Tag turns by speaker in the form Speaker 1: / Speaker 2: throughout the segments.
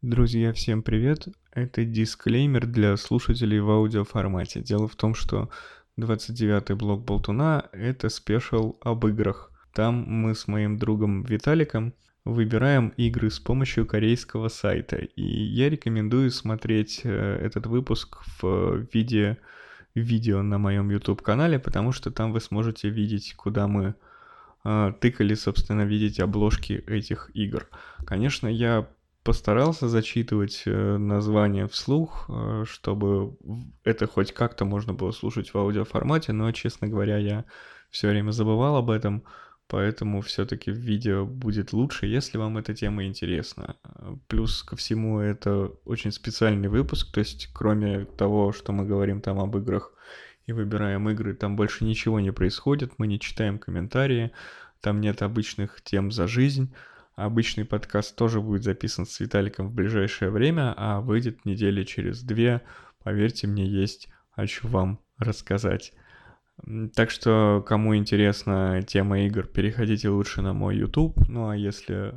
Speaker 1: Друзья, всем привет! Это дисклеймер для слушателей в аудиоформате. Дело в том, что 29-й блок Болтуна — это спешл об играх. Там мы с моим другом Виталиком выбираем игры с помощью корейского сайта. И я рекомендую смотреть этот выпуск в виде видео на моем YouTube-канале, потому что там вы сможете видеть, куда мы тыкали, собственно, видеть обложки этих игр. Конечно, я постарался зачитывать название вслух, чтобы это хоть как-то можно было слушать в аудиоформате, но, честно говоря, я все время забывал об этом, поэтому все-таки в видео будет лучше, если вам эта тема интересна. Плюс ко всему, это очень специальный выпуск, то есть кроме того, что мы говорим там об играх и выбираем игры, там больше ничего не происходит, мы не читаем комментарии, там нет обычных тем за жизнь. Обычный подкаст тоже будет записан с Виталиком в ближайшее время, а выйдет недели через 2. Поверьте мне, есть о чем вам рассказать. Так что, кому интересна тема игр, переходите лучше на мой YouTube. Ну а если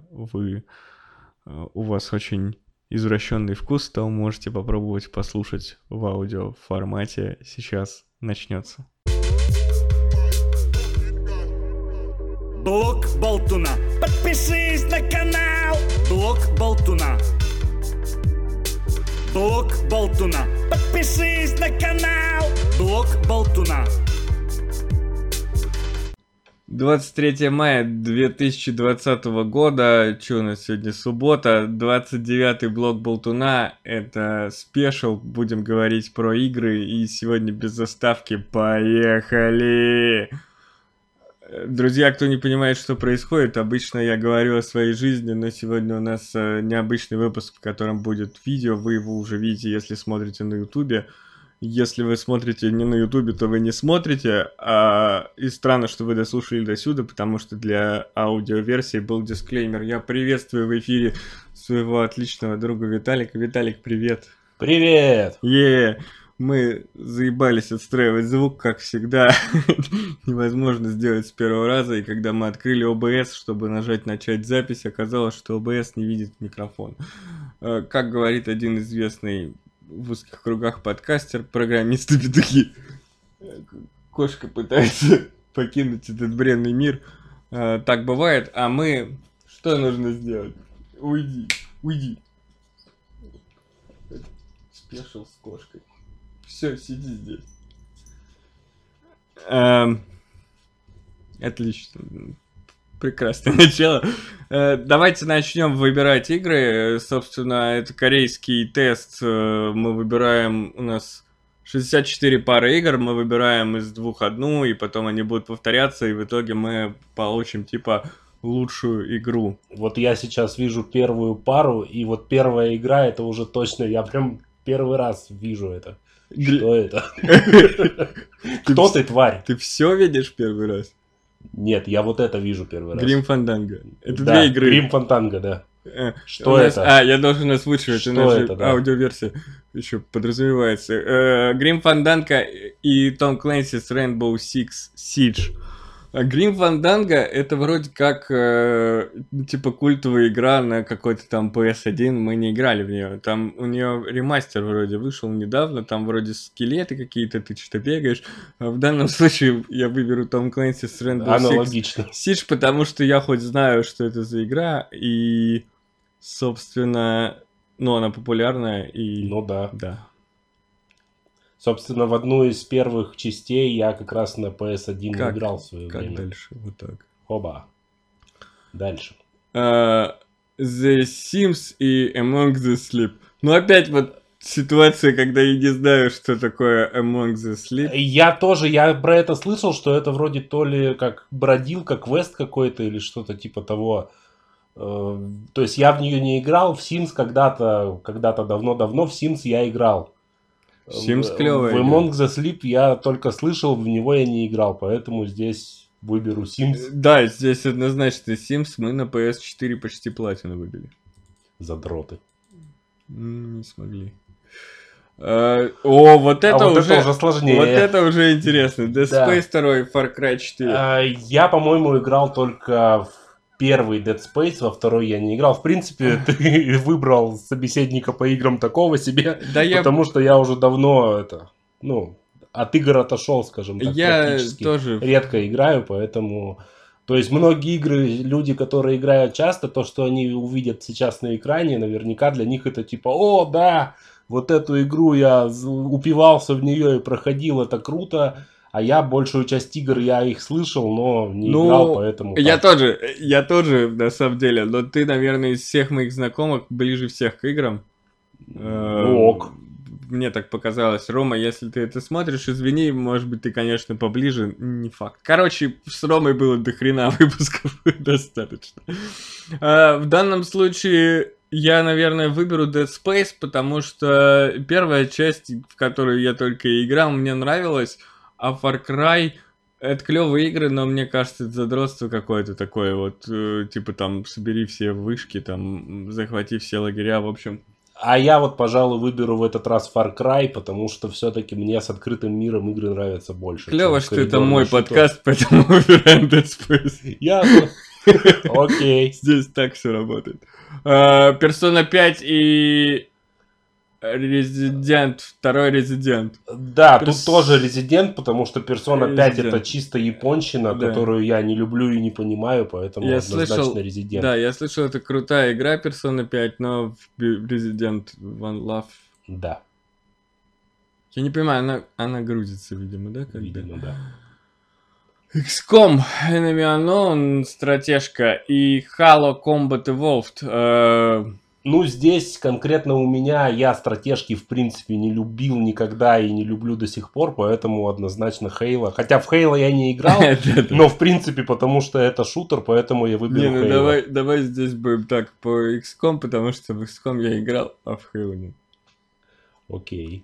Speaker 1: у вас очень извращенный вкус, то можете попробовать послушать в аудиоформате. Сейчас начнется.
Speaker 2: Блок Болтуна. Подпишись на канал. Блок Болтуна. Блок Болтуна. Подпишись на канал. Блок Болтуна.
Speaker 1: 23 мая 2020 года, что у нас сегодня суббота, 29-й блок Болтуна, это спешл, будем говорить про игры, и сегодня без заставки, поехали! Друзья, кто не понимает, что происходит, обычно я говорю о своей жизни, но сегодня у нас необычный выпуск, в котором будет видео, вы его уже видите, если смотрите на ютубе. Если вы смотрите не на ютубе, то вы не смотрите, и странно, что вы дослушали до сюда, потому что для аудиоверсии был дисклеймер. Я приветствую в эфире своего отличного друга Виталика. Виталик, привет!
Speaker 3: Привет!
Speaker 1: Мы заебались отстраивать звук, как всегда. Невозможно сделать с первого раза. И когда мы открыли OBS, чтобы нажать «Начать запись», оказалось, что OBS не видит микрофон. Как говорит один известный в узких кругах подкастер, программисты-петухи, кошка пытается покинуть этот бренный мир. Так бывает. А мы... Что нужно сделать? Уйди. Спешл с кошкой. Все, сиди здесь. Отлично. Прекрасное начало. Давайте начнем выбирать игры. Собственно, это корейский тест. Мы выбираем, у нас 64 пары игр, мы выбираем из двух одну, и потом они будут повторяться, и в итоге мы получим типа лучшую игру.
Speaker 3: Вот я сейчас вижу первую пару, и вот первая игра, это уже точно, я прям первый раз вижу это. Что это? Кто ты, тварь?
Speaker 1: Ты все видишь первый раз?
Speaker 3: Нет, я вот это вижу первый раз.
Speaker 1: Grim Fandango. Это
Speaker 3: да,
Speaker 1: две игры.
Speaker 3: Grim Fandango, да. Что
Speaker 1: нас,
Speaker 3: это?
Speaker 1: я должен озвучивать,
Speaker 3: что
Speaker 1: у нас
Speaker 3: это,
Speaker 1: же
Speaker 3: да.
Speaker 1: аудиоверсия еще подразумевается. Grim Fandango и Tom Clancy's Rainbow Six Siege. Grim Fandango это вроде как типа культовая игра на какой-то там PS1, мы не играли в нее. Там у нее ремастер вроде вышел недавно, там вроде скелеты какие-то, ты что-то бегаешь. А в данном случае я выберу Tom Clancy's Rainbow
Speaker 3: Аналогично.
Speaker 1: Six Siege, потому что я хоть знаю, что это за игра, и, собственно, она популярная и...
Speaker 3: Ну да.
Speaker 1: Да.
Speaker 3: Собственно, в одну из первых частей я как раз на PS1 играл в свое время.
Speaker 1: Как дальше? Вот так.
Speaker 3: Оба. Дальше.
Speaker 1: The Sims и Among the Sleep. Опять вот ситуация, когда я не знаю, что такое Among the Sleep.
Speaker 3: Я про это слышал, что это вроде то ли как бродилка, квест какой-то или что-то типа того. То есть я в нее не играл, в Sims когда-то давно-давно в Sims я играл.
Speaker 1: Sims клевая.
Speaker 3: В Among the Sleep я только слышал, в него я не играл, поэтому здесь выберу Sims.
Speaker 1: Да, здесь однозначно Sims, мы на PS4 почти платину выбили.
Speaker 3: Задроты.
Speaker 1: Не смогли. Вот это уже
Speaker 3: сложнее.
Speaker 1: Вот это уже интересно. Dead Space 2, Far Cry 4.
Speaker 3: Я, по-моему, играл только первый Dead Space, во второй я не играл. В принципе, ты выбрал собеседника по играм такого себе,
Speaker 1: Да
Speaker 3: потому что я уже давно от игр отошел, скажем так,
Speaker 1: Я
Speaker 3: практически.
Speaker 1: тоже.
Speaker 3: Редко играю, поэтому... То есть многие игры, люди, которые играют часто, то, что они увидят сейчас на экране, наверняка для них это типа, о, да, вот эту игру я упивался в нее и проходил, это круто. А я большую часть игр, я их слышал, но не играл, поэтому...
Speaker 1: Я тоже, на самом деле, но ты, наверное, из всех моих знакомых ближе всех к играм.
Speaker 3: Ок.
Speaker 1: Мне так показалось. Рома, если ты это смотришь, извини, может быть, ты, конечно, поближе, не факт. Короче, с Ромой было до хрена выпусков достаточно. В данном случае я, наверное, выберу Dead Space, потому что первая часть, в которую я только и играл, мне нравилась, а Far Cry... Это клевые игры, но мне кажется, это задротство какое-то такое вот, типа там, собери все вышки, там, захвати все лагеря, в общем...
Speaker 3: А я вот, пожалуй, выберу в этот раз Far Cry, потому что все-таки мне с открытым миром игры нравятся больше.
Speaker 1: Клево, что это мой подкаст, поэтому выбираем Dead Space.
Speaker 3: Ясно. Окей.
Speaker 1: Здесь так все работает. Persona 5 и Resident, второй Resident.
Speaker 3: Да, тут тоже Resident, потому что Persona 5
Speaker 1: Resident.
Speaker 3: это чисто японщина,
Speaker 1: Да.
Speaker 3: которую я не люблю и не понимаю, поэтому
Speaker 1: Я
Speaker 3: однозначно
Speaker 1: слышал,
Speaker 3: Resident.
Speaker 1: да, я слышал, это крутая игра Persona 5, но в Resident One Love...
Speaker 3: Да,
Speaker 1: Я не понимаю, она грузится, видимо, да?
Speaker 3: видимо, да.
Speaker 1: XCOM, Enemy Unknown, стратежка и Halo Combat Evolved.
Speaker 3: Ну, здесь конкретно у меня, я стратежки в принципе не любил никогда и не люблю до сих пор, поэтому однозначно Halo. Хотя в Halo я не играл, но в принципе, потому что это шутер, поэтому я выберу
Speaker 1: Не, ну
Speaker 3: Halo.
Speaker 1: давай здесь будем так по XCOM, потому что в XCOM я играл, а в Halo нет.
Speaker 3: Окей.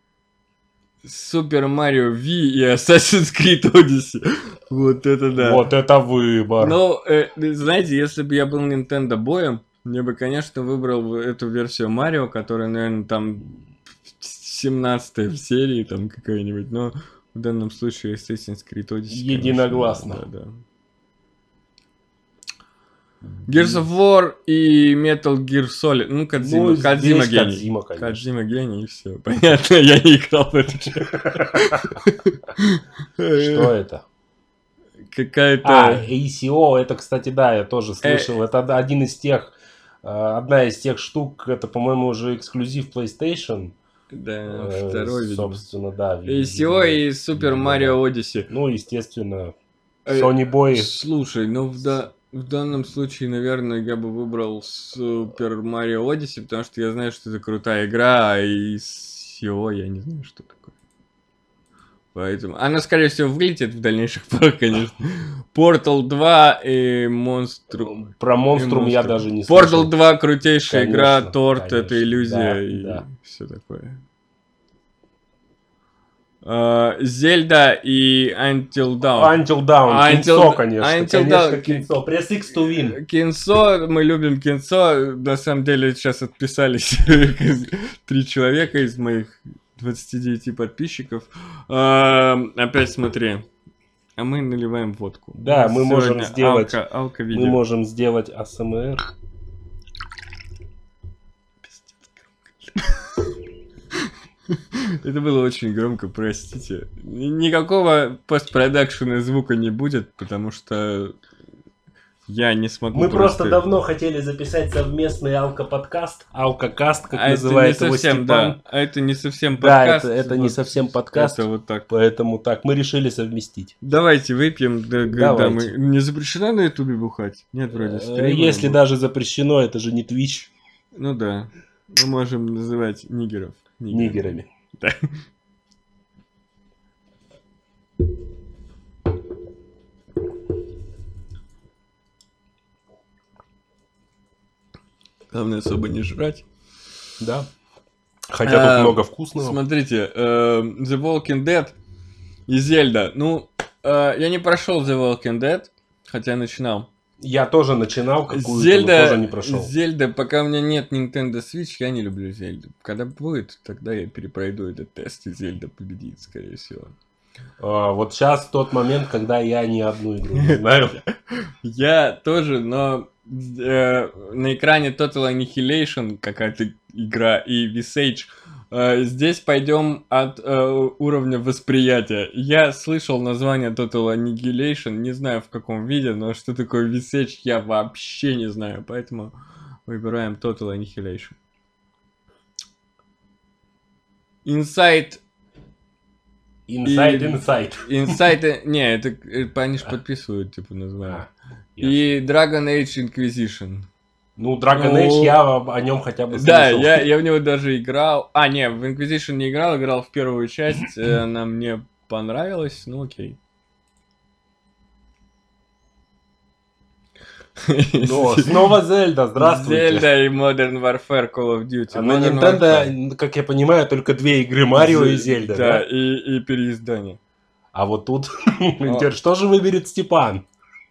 Speaker 1: Super Mario V и Assassin's Creed Odyssey. Вот это да.
Speaker 3: Вот это выбор.
Speaker 1: Ну, знаете, если бы я был Nintendo боем, мне бы, конечно, выбрал эту версию Марио, которая, наверное, там 17-я в серии, там какая-нибудь, но в данном случае Assassin's Creed Odyssey.
Speaker 3: Единогласно.
Speaker 1: Конечно, да. Gears of War и Metal Gear Solid. Ну, Кодзима,
Speaker 3: здесь
Speaker 1: Кодзима гений.
Speaker 3: Кодзима, конечно.
Speaker 1: Кодзима гений, и все. Понятно, я не играл в это.
Speaker 3: Что это?
Speaker 1: Какая-то...
Speaker 3: ACO, это, кстати, да, я тоже слышал. Это одна из тех штук, это, по-моему, уже эксклюзив PlayStation.
Speaker 1: Да, второй, видимо.
Speaker 3: Собственно, да.
Speaker 1: ACO и Super Mario Odyssey.
Speaker 3: Ну, естественно, Sony Boy.
Speaker 1: Слушай, ну в данном случае, наверное, я бы выбрал Super Mario Odyssey, потому что я знаю, что это крутая игра, а ACO я не знаю, что такое. Поэтому... Она, скорее всего, вылетит в дальнейших порах, конечно. Portal 2 и Monstrum.
Speaker 3: Про Monstrum я даже не слышал.
Speaker 1: Portal 2 крутейшая
Speaker 3: Конечно,
Speaker 1: игра, торт,
Speaker 3: конечно,
Speaker 1: это иллюзия
Speaker 3: да,
Speaker 1: и
Speaker 3: да.
Speaker 1: все такое. Зельда и Until Dawn.
Speaker 3: Until Dawn, Кинцо, конечно.
Speaker 1: Until
Speaker 3: Конечно,
Speaker 1: Dawn.
Speaker 3: Кинцо. Press X to win.
Speaker 1: Кинцо, мы любим Кинцо. На самом деле сейчас отписались 3 человека из моих 29 подписчиков. Опять смотри. А мы наливаем водку.
Speaker 3: Да, мы можем сделать...
Speaker 1: Алко-видео.
Speaker 3: Мы можем сделать АСМР.
Speaker 1: Это было очень громко, простите. Никакого постпродакшена звука не будет, потому что я не смогу.
Speaker 3: Мы просто давно хотели записать совместный алко-подкаст. Алко-каст, как называет
Speaker 1: это не
Speaker 3: его
Speaker 1: совсем,
Speaker 3: Степан.
Speaker 1: да. А это не совсем подкаст.
Speaker 3: Да, это не совсем подкаст.
Speaker 1: Это вот так.
Speaker 3: Поэтому так, мы решили совместить.
Speaker 1: Давайте выпьем.
Speaker 3: Давайте.
Speaker 1: Не запрещено на ютубе бухать? Нет, вроде стримы.
Speaker 3: Если даже запрещено, это же не Twitch.
Speaker 1: Ну да. Мы можем называть нигеров.
Speaker 3: Нигерами.
Speaker 1: Да. Главное особо не жрать.
Speaker 3: Да. Хотя тут много вкусного.
Speaker 1: Смотрите, The Walking Dead и Зельда. Ну, я не прошел The Walking Dead, хотя начинал.
Speaker 3: Я тоже начинал какую-то,
Speaker 1: Зельда,
Speaker 3: но тоже не прошел.
Speaker 1: Зельда, пока у меня нет Nintendo Switch, я не люблю Зельду. Когда будет, тогда я перепройду этот тест, и Зельда победит, скорее всего.
Speaker 3: Вот сейчас тот момент, когда я ни одну игру не знаю.
Speaker 1: Я тоже, но на экране Total Annihilation какая-то игра и Visage. Здесь пойдем от уровня восприятия. Я слышал название Total Annihilation, не знаю в каком виде, но что такое Visage я вообще не знаю, поэтому выбираем Total Annihilation. Inside.
Speaker 3: Inside.
Speaker 1: Не, это они же подписывают, типа, название. И Dragon Age Inquisition.
Speaker 3: Ну, Dragon Age, я о нем хотя бы слышал.
Speaker 1: Да, я в него даже играл. Не, в Inquisition не играл в первую часть. Она мне понравилась, ну окей.
Speaker 3: Но снова Зельда, здравствуйте.
Speaker 1: Зельда и Modern Warfare Call of Duty.
Speaker 3: На Nintendo, как я понимаю, только 2 игры Марио и Зельда.
Speaker 1: Да, и переиздание.
Speaker 3: А вот тут, что же выберет Степан?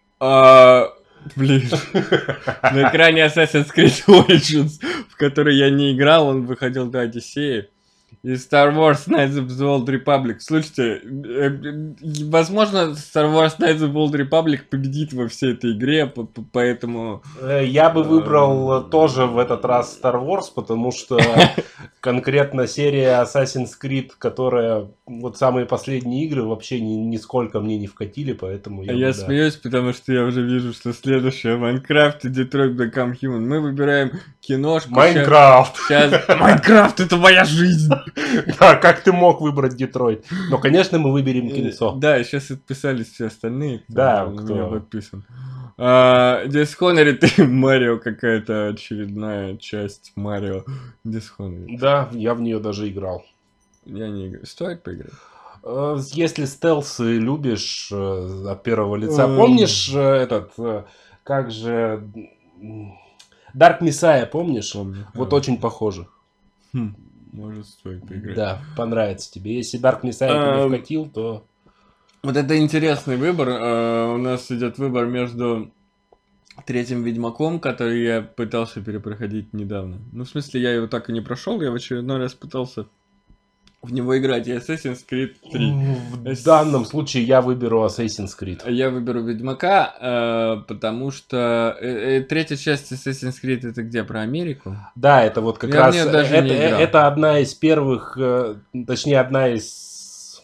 Speaker 1: Блин. На экране Assassin's Creed Origins, в который я не играл, он выходил до Одиссеи. И Star Wars Knights of the Old Republic. Слушайте, возможно, Star Wars Knights of the Old Republic победит во всей этой игре, поэтому...
Speaker 3: Я бы выбрал тоже в этот раз Star Wars, потому что конкретно серия Assassin's Creed, которая... Вот самые последние игры вообще нисколько мне не вкатили, поэтому...
Speaker 1: Я смеюсь, потому что я уже вижу, что следующее Minecraft и Detroit Become Human. Мы выбираем киношку.
Speaker 3: Майнкрафт!
Speaker 1: Майнкрафт — это моя жизнь!
Speaker 3: Да, как ты мог выбрать Детройт? Но, конечно, мы выберем кинцо.
Speaker 1: Да, сейчас отписались все остальные,
Speaker 3: кто
Speaker 1: подписан. Dishonored и Марио какая-то очередная часть Марио. Dishonored.
Speaker 3: Да, я в нее даже играл.
Speaker 1: Я не играю. Стоит поиграть?
Speaker 3: Если стелсы любишь от первого лица. Помнишь как же... Dark Messiah, помнишь?
Speaker 1: Помню.
Speaker 3: Вот очень похоже.
Speaker 1: Может, стоит поиграть.
Speaker 3: Да, понравится тебе. Если Dark Messiah тебе вкатил, то...
Speaker 1: Вот это интересный выбор. У нас идет выбор между третьим Ведьмаком, который я пытался перепроходить недавно. Ну, в смысле, я его так и не прошел, я в очередной раз пытался в него играть, и Assassin's Creed 3.
Speaker 3: В данном случае я выберу Assassin's Creed.
Speaker 1: Я выберу Ведьмака, потому что третья часть Assassin's Creed — это где, про Америку?
Speaker 3: Да, это вот как раз... Это одна из первых... Точнее, одна из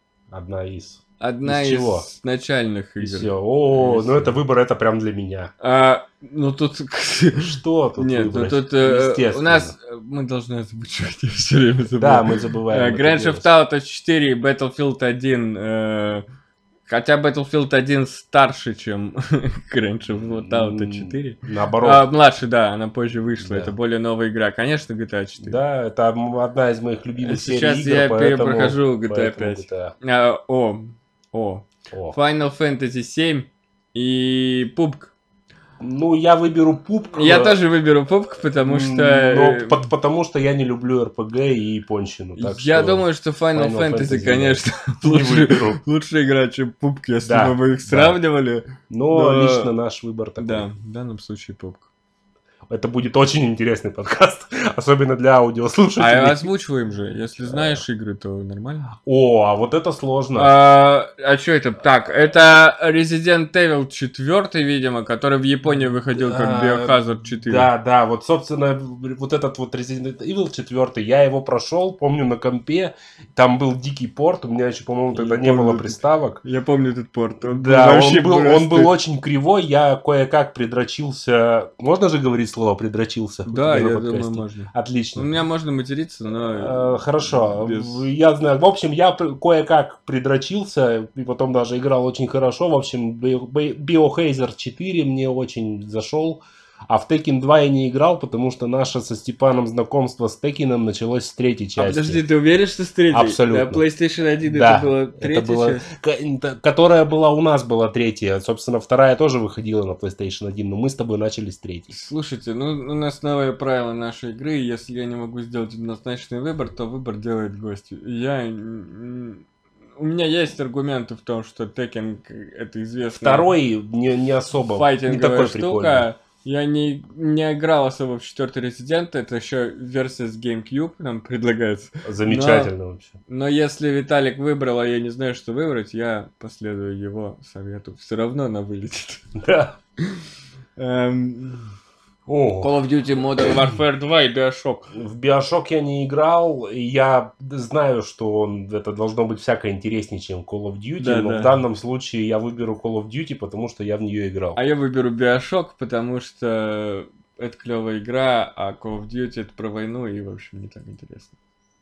Speaker 1: чего? Начальных игр.
Speaker 3: Все. Ну это выбор, это прям для меня.
Speaker 1: Ну тут...
Speaker 3: Что тут
Speaker 1: Нет,
Speaker 3: выбрать?
Speaker 1: тут у нас... Мы должны озвучивать, я все время забываю.
Speaker 3: Да, мы забываем.
Speaker 1: Grand Theft Auto 4 и Battlefield 1... Хотя Battlefield 1 старше, чем Grand Theft Auto 4.
Speaker 3: Наоборот.
Speaker 1: Младше, да, она позже вышла.
Speaker 3: Да.
Speaker 1: Это более новая игра. Конечно, GTA 4.
Speaker 3: Да, это одна из моих любимых серий
Speaker 1: игр. Сейчас я перепрохожу GTA 5. Final Fantasy 7 и PUBG.
Speaker 3: Ну, я выберу PUBG.
Speaker 1: Я тоже выберу PUBG, потому что...
Speaker 3: Потому что я не люблю RPG и японщину.
Speaker 1: Я думаю, что Final Fantasy, конечно, лучше игра, чем PUBG, если бы мы их сравнивали.
Speaker 3: Но лично наш выбор такой.
Speaker 1: Да, в данном случае PUBG.
Speaker 3: Это будет очень интересный подкаст, особенно для аудиослушателей.
Speaker 1: А озвучиваем же, если знаешь игры, то нормально.
Speaker 3: А вот это сложно.
Speaker 1: А что это? Так, это Resident Evil 4, видимо, который в Японии выходил как Biohazard 4.
Speaker 3: Да, вот, собственно, вот этот вот Resident Evil 4, я его прошел, помню, на компе, там был дикий порт, у меня еще, по-моему, тогда не было приставок.
Speaker 1: Я помню этот порт.
Speaker 3: Да, он был очень кривой, я кое-как придрочился, можно же говорить слово «придрочился»?
Speaker 1: Да, я думаю, можно.
Speaker 3: Отлично.
Speaker 1: У меня можно материться, но...
Speaker 3: Хорошо. Я знаю. В общем, я кое-как придрочился, и потом даже играл очень хорошо. В общем, Biohazard 4 мне очень зашел. А в Tekken 2 я не играл, потому что наше со Степаном знакомство с Текином началось с третьей части.
Speaker 1: Подожди, ты уверен, что с третьей?
Speaker 3: Абсолютно.
Speaker 1: Да, PlayStation 1
Speaker 3: да,
Speaker 1: это была третья часть?
Speaker 3: Которая была у нас, была третья. Собственно, вторая тоже выходила на PlayStation 1, но мы с тобой начали с третьей.
Speaker 1: Слушайте, ну у нас новые правила нашей игры. Если я не могу сделать однозначный выбор, то выбор делает гость. У меня есть аргументы в том, что Tekken это известно.
Speaker 3: Второй не особо.
Speaker 1: Файтинговая
Speaker 3: не такой
Speaker 1: штука. Я не играл особо в 4-й Resident, это еще версия с GameCube нам предлагается.
Speaker 3: Замечательно вообще.
Speaker 1: Но если Виталик выбрал, а я не знаю, что выбрать, я последую его совету. Все равно она вылетит.
Speaker 3: Да.
Speaker 1: Call of Duty Modern Warfare 2 и BioShock.
Speaker 3: В BioShock я не играл, и я знаю, что это должно быть всяко интереснее, чем Call of Duty,
Speaker 1: Да,
Speaker 3: но
Speaker 1: да.
Speaker 3: в данном случае я выберу Call of Duty, потому что я в нее играл.
Speaker 1: А я выберу BioShock, потому что это клевая игра, а Call of Duty это про войну и, в общем, не так интересно.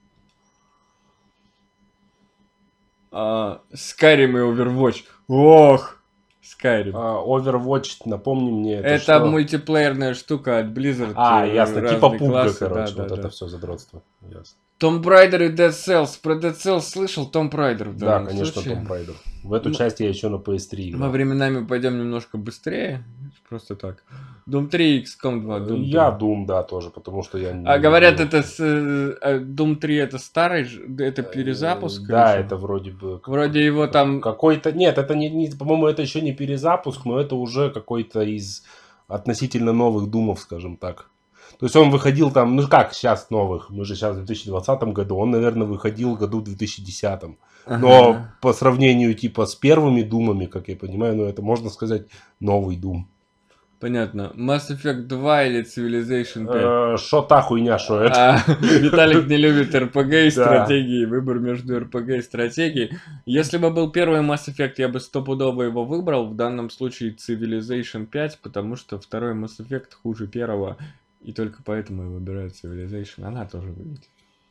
Speaker 1: Skyrim и Overwatch. Ох! Skyrim.
Speaker 3: Overwatch, напомни мне,
Speaker 1: Это
Speaker 3: что?
Speaker 1: Мультиплеерная штука от Blizzard.
Speaker 3: Ясно,
Speaker 1: разные
Speaker 3: типа пубга,
Speaker 1: классы,
Speaker 3: короче,
Speaker 1: да,
Speaker 3: вот
Speaker 1: да,
Speaker 3: это
Speaker 1: да.
Speaker 3: все задротство. Ясно.
Speaker 1: Tomb Raider и Dead Cells. Про Dead Cells слышал? Tomb Raider в
Speaker 3: Да,
Speaker 1: данном
Speaker 3: конечно,
Speaker 1: случае.
Speaker 3: Tomb Raider. В эту часть я еще на PS3 играл.
Speaker 1: Мы временами пойдем немножко быстрее. Просто так. Doom 3 и XCOM 2. Doom 3.
Speaker 3: Я Doom, да, тоже, потому что я...
Speaker 1: говорят, это Doom 3 это старый, это перезапуск?
Speaker 3: Да,
Speaker 1: или что?
Speaker 3: это вроде бы...
Speaker 1: Вроде его там...
Speaker 3: Какой-то... Нет, это не... По-моему, это еще не перезапуск, но это уже какой-то из относительно новых Думов, скажем так. То есть он выходил там... Ну как сейчас новых? Мы же сейчас в 2020 году. Он, наверное, выходил в году в 2010. Но по сравнению типа с первыми Думами, как я понимаю, ну это можно сказать новый Doom.
Speaker 1: Понятно. Mass Effect 2 или Civilization 5?
Speaker 3: Шо та хуйня, шо это?
Speaker 1: Виталик не любит RPG и
Speaker 3: Да.
Speaker 1: стратегии. Выбор между RPG и стратегией. Если бы был первый Mass Effect, я бы стопудово его выбрал. В данном случае Civilization 5, потому что второй Mass Effect хуже первого. И только поэтому я выбираю Civilization. Она тоже выйдет.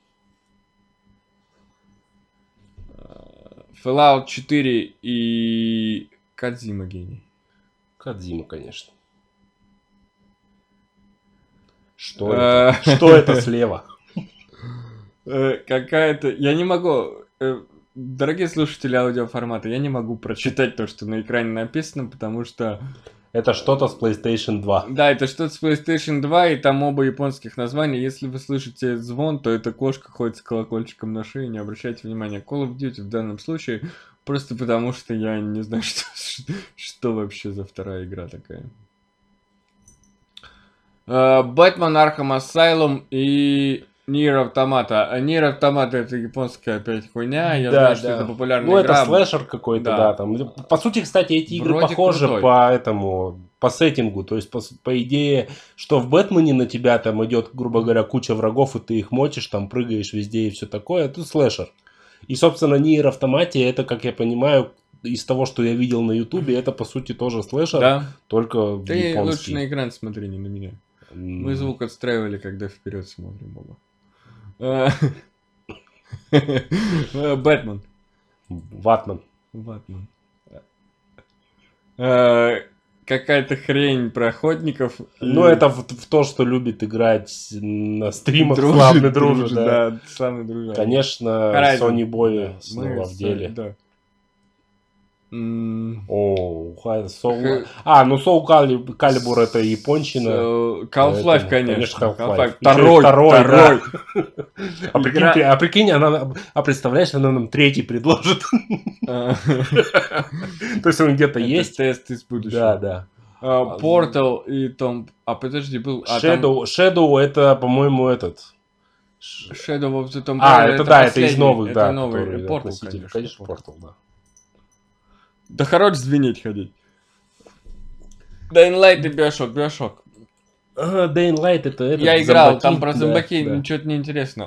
Speaker 1: Fallout 4 и Кодзима гений.
Speaker 3: Кодзима, конечно. Что это? Что это слева?
Speaker 1: Какая-то... Я не могу... Дорогие слушатели аудиоформата, я не могу прочитать то, что на экране написано, потому что...
Speaker 3: Это что-то с PlayStation 2.
Speaker 1: Да, это что-то с PlayStation 2, и там оба японских названия. Если вы слышите звон, то эта кошка ходит с колокольчиком на шее, не обращайте внимания. Call of Duty в данном случае, просто потому что я не знаю, что вообще за вторая игра такая. Batman Arkham Asylum и Nier Automata. Nier Automata это японская опять хуйня. Я знаю, что это популярная
Speaker 3: игра. Ну,
Speaker 1: игра.
Speaker 3: это слэшер какой-то, да. Там. По сути, кстати, эти игры
Speaker 1: Вроде
Speaker 3: похожи
Speaker 1: крутой.
Speaker 3: по сеттингу. То есть, по идее, что в Бэтмене на тебя там идет, грубо говоря, куча врагов, и ты их мочишь, там прыгаешь везде и все такое. Тут слэшер. И, собственно, Nier Automata, это, как я понимаю, из того, что я видел на Ютубе, это, по сути, тоже слэшер,
Speaker 1: Да.
Speaker 3: только
Speaker 1: Ты
Speaker 3: японский.
Speaker 1: лучше на экран смотри, не на меня. Мы звук отстраивали, когда вперед смотрим оба. Бэтмен.
Speaker 3: Ватман.
Speaker 1: Бэтмен. Какая-то хрень про охотников.
Speaker 3: Ну, это в то, что любит играть на стримах славный дружит, да.
Speaker 1: Да, славный дружит.
Speaker 3: Конечно,
Speaker 1: Horizon.
Speaker 3: Sony Boy
Speaker 1: Да,
Speaker 3: снова
Speaker 1: мы
Speaker 3: в деле.
Speaker 1: Да.
Speaker 3: О, Soul Calibur это япончина.
Speaker 1: Half-Life, конечно.
Speaker 3: Half-Life.
Speaker 1: Второй.
Speaker 3: Да. А прикинь, а представляешь, она нам третий предложит. То есть он где-то есть.
Speaker 1: Тест из будущего.
Speaker 3: Да.
Speaker 1: Portal и Том... подожди, был...
Speaker 3: Shadow это, по-моему, этот...
Speaker 1: Shadow of the Tomb Raider.
Speaker 3: Это из новых, да.
Speaker 1: Это новый
Speaker 3: Portal, конечно, Portal, да.
Speaker 1: Да хорош звенеть ходить. Dying Light и BioShock.
Speaker 3: Dying Light это
Speaker 1: Я играл,
Speaker 3: зомбаки,
Speaker 1: там про зомбаки
Speaker 3: да.
Speaker 1: ничего не интересно.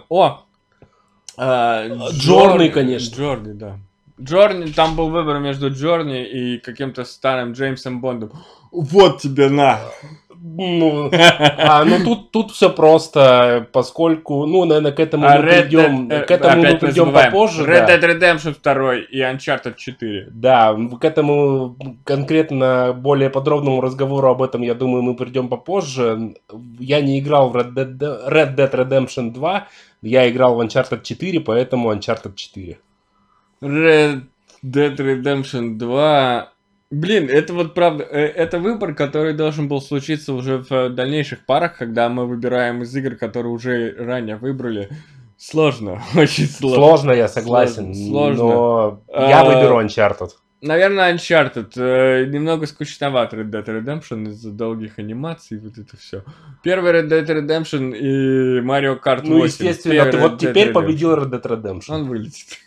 Speaker 3: Джорни, конечно.
Speaker 1: Джорни, да. Джорни, там был выбор между Джорни и каким-то старым Джеймсом Бондом. Вот тебе на!
Speaker 3: Ну тут все просто, поскольку, наверное, к этому мы придем попозже.
Speaker 1: Red Dead Redemption 2 и Uncharted 4.
Speaker 3: Да, к этому конкретно более подробному разговору об этом, я думаю, мы придем попозже. Я не играл в Red Dead Redemption 2, я играл в Uncharted 4, поэтому Uncharted 4.
Speaker 1: Red Dead Redemption 2... Блин, это вот правда, это выбор, который должен был случиться уже в дальнейших парах, когда мы выбираем из игр, которые уже ранее выбрали. Сложно, очень сложно.
Speaker 3: Сложно, я согласен.
Speaker 1: Сложно.
Speaker 3: Но я выберу Uncharted.
Speaker 1: Наверное, Uncharted. Немного скучноват Red Dead Redemption из-за долгих анимаций, вот это все. Первый Red Dead Redemption и Mario Kart 8.
Speaker 3: Ну, естественно, ты вот теперь победил Red Dead Redemption.
Speaker 1: Он вылетит.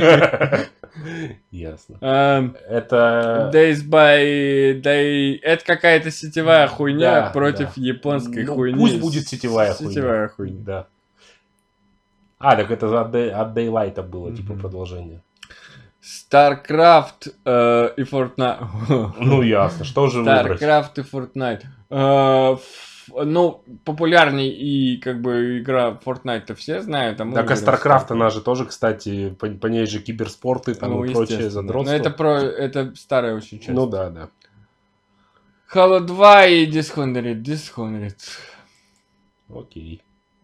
Speaker 3: Ясно.
Speaker 1: Это... Days by Day... Это какая-то сетевая хуйня против японской хуйни.
Speaker 3: Пусть будет сетевая хуйня.
Speaker 1: Сетевая хуйня.
Speaker 3: Да. Так это от Daylight было, типа, продолжение.
Speaker 1: StarCraft и Fortnite.
Speaker 3: Ну, ясно. Что же выбрать?
Speaker 1: StarCraft и Fortnite. Ну, популярней и как бы игра Fortnite-то все знают.
Speaker 3: Так, а StarCraft, она же тоже, кстати, по ней же киберспорты там и прочее задротство.
Speaker 1: Но это старая очень часть.
Speaker 3: Ну да.
Speaker 1: Halo 2 и Dishonored.
Speaker 3: Окей.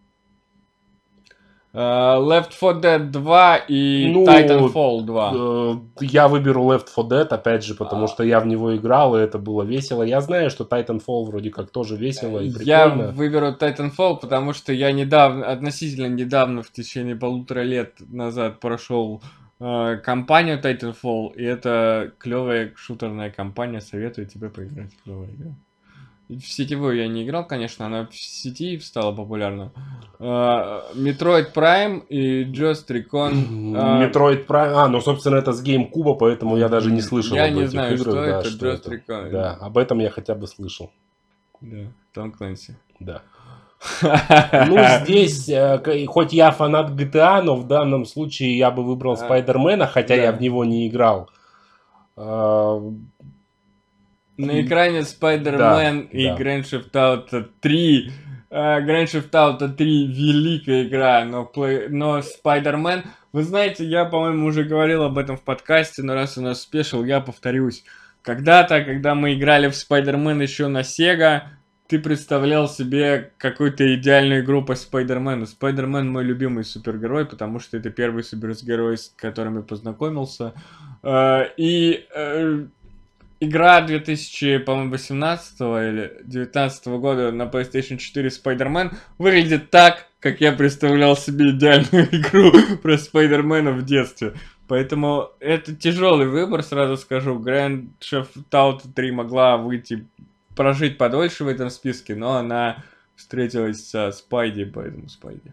Speaker 1: Left 4 Dead 2 и Titanfall 2.
Speaker 3: Я выберу Left 4 Dead, опять же, потому что я в него играл, и это было весело. Я знаю, что Titanfall вроде как тоже весело и прикольно.
Speaker 1: Я выберу Titanfall, потому что я относительно недавно, в течение 1,5 лет назад прошел кампанию Titanfall, и это клевая шутерная кампания, советую тебе поиграть. Клевая игра. В сетевую я не играл, конечно, она в сети стала популярна. Metroid Prime и Ghost Recon.
Speaker 3: Metroid Prime... ну, собственно, это с GameCube, поэтому я даже не слышал об этих играх.
Speaker 1: Я не знаю, что это, Ghost Recon.
Speaker 3: Да, об этом я хотя бы слышал.
Speaker 1: Да, Том Клэнси.
Speaker 3: Да. Ну, здесь, хоть я фанат GTA, но в данном случае я бы выбрал Спайдермена, хотя я в него не играл.
Speaker 1: На экране Spider-Man и Grand Theft Auto 3. Grand Theft Auto 3 великая игра, но Spider-Man... Вы знаете, я, по-моему, уже говорил об этом в подкасте, но раз у нас спешил, я повторюсь. Когда-то, когда мы играли в Spider-Man еще на Sega, ты представлял себе какую-то идеальную игру по Spider-Man. Spider-Man мой любимый супергерой, потому что это первый супергерой, с которым я познакомился. Игра 2018 или 2019 года на PlayStation 4 Spider-Man выглядит так, как я представлял себе идеальную игру про Спайдермена в детстве. Поэтому это тяжелый выбор, сразу скажу. Grand Theft Auto 3 могла прожить подольше в этом списке, но она встретилась со Спайди, поэтому Спайди.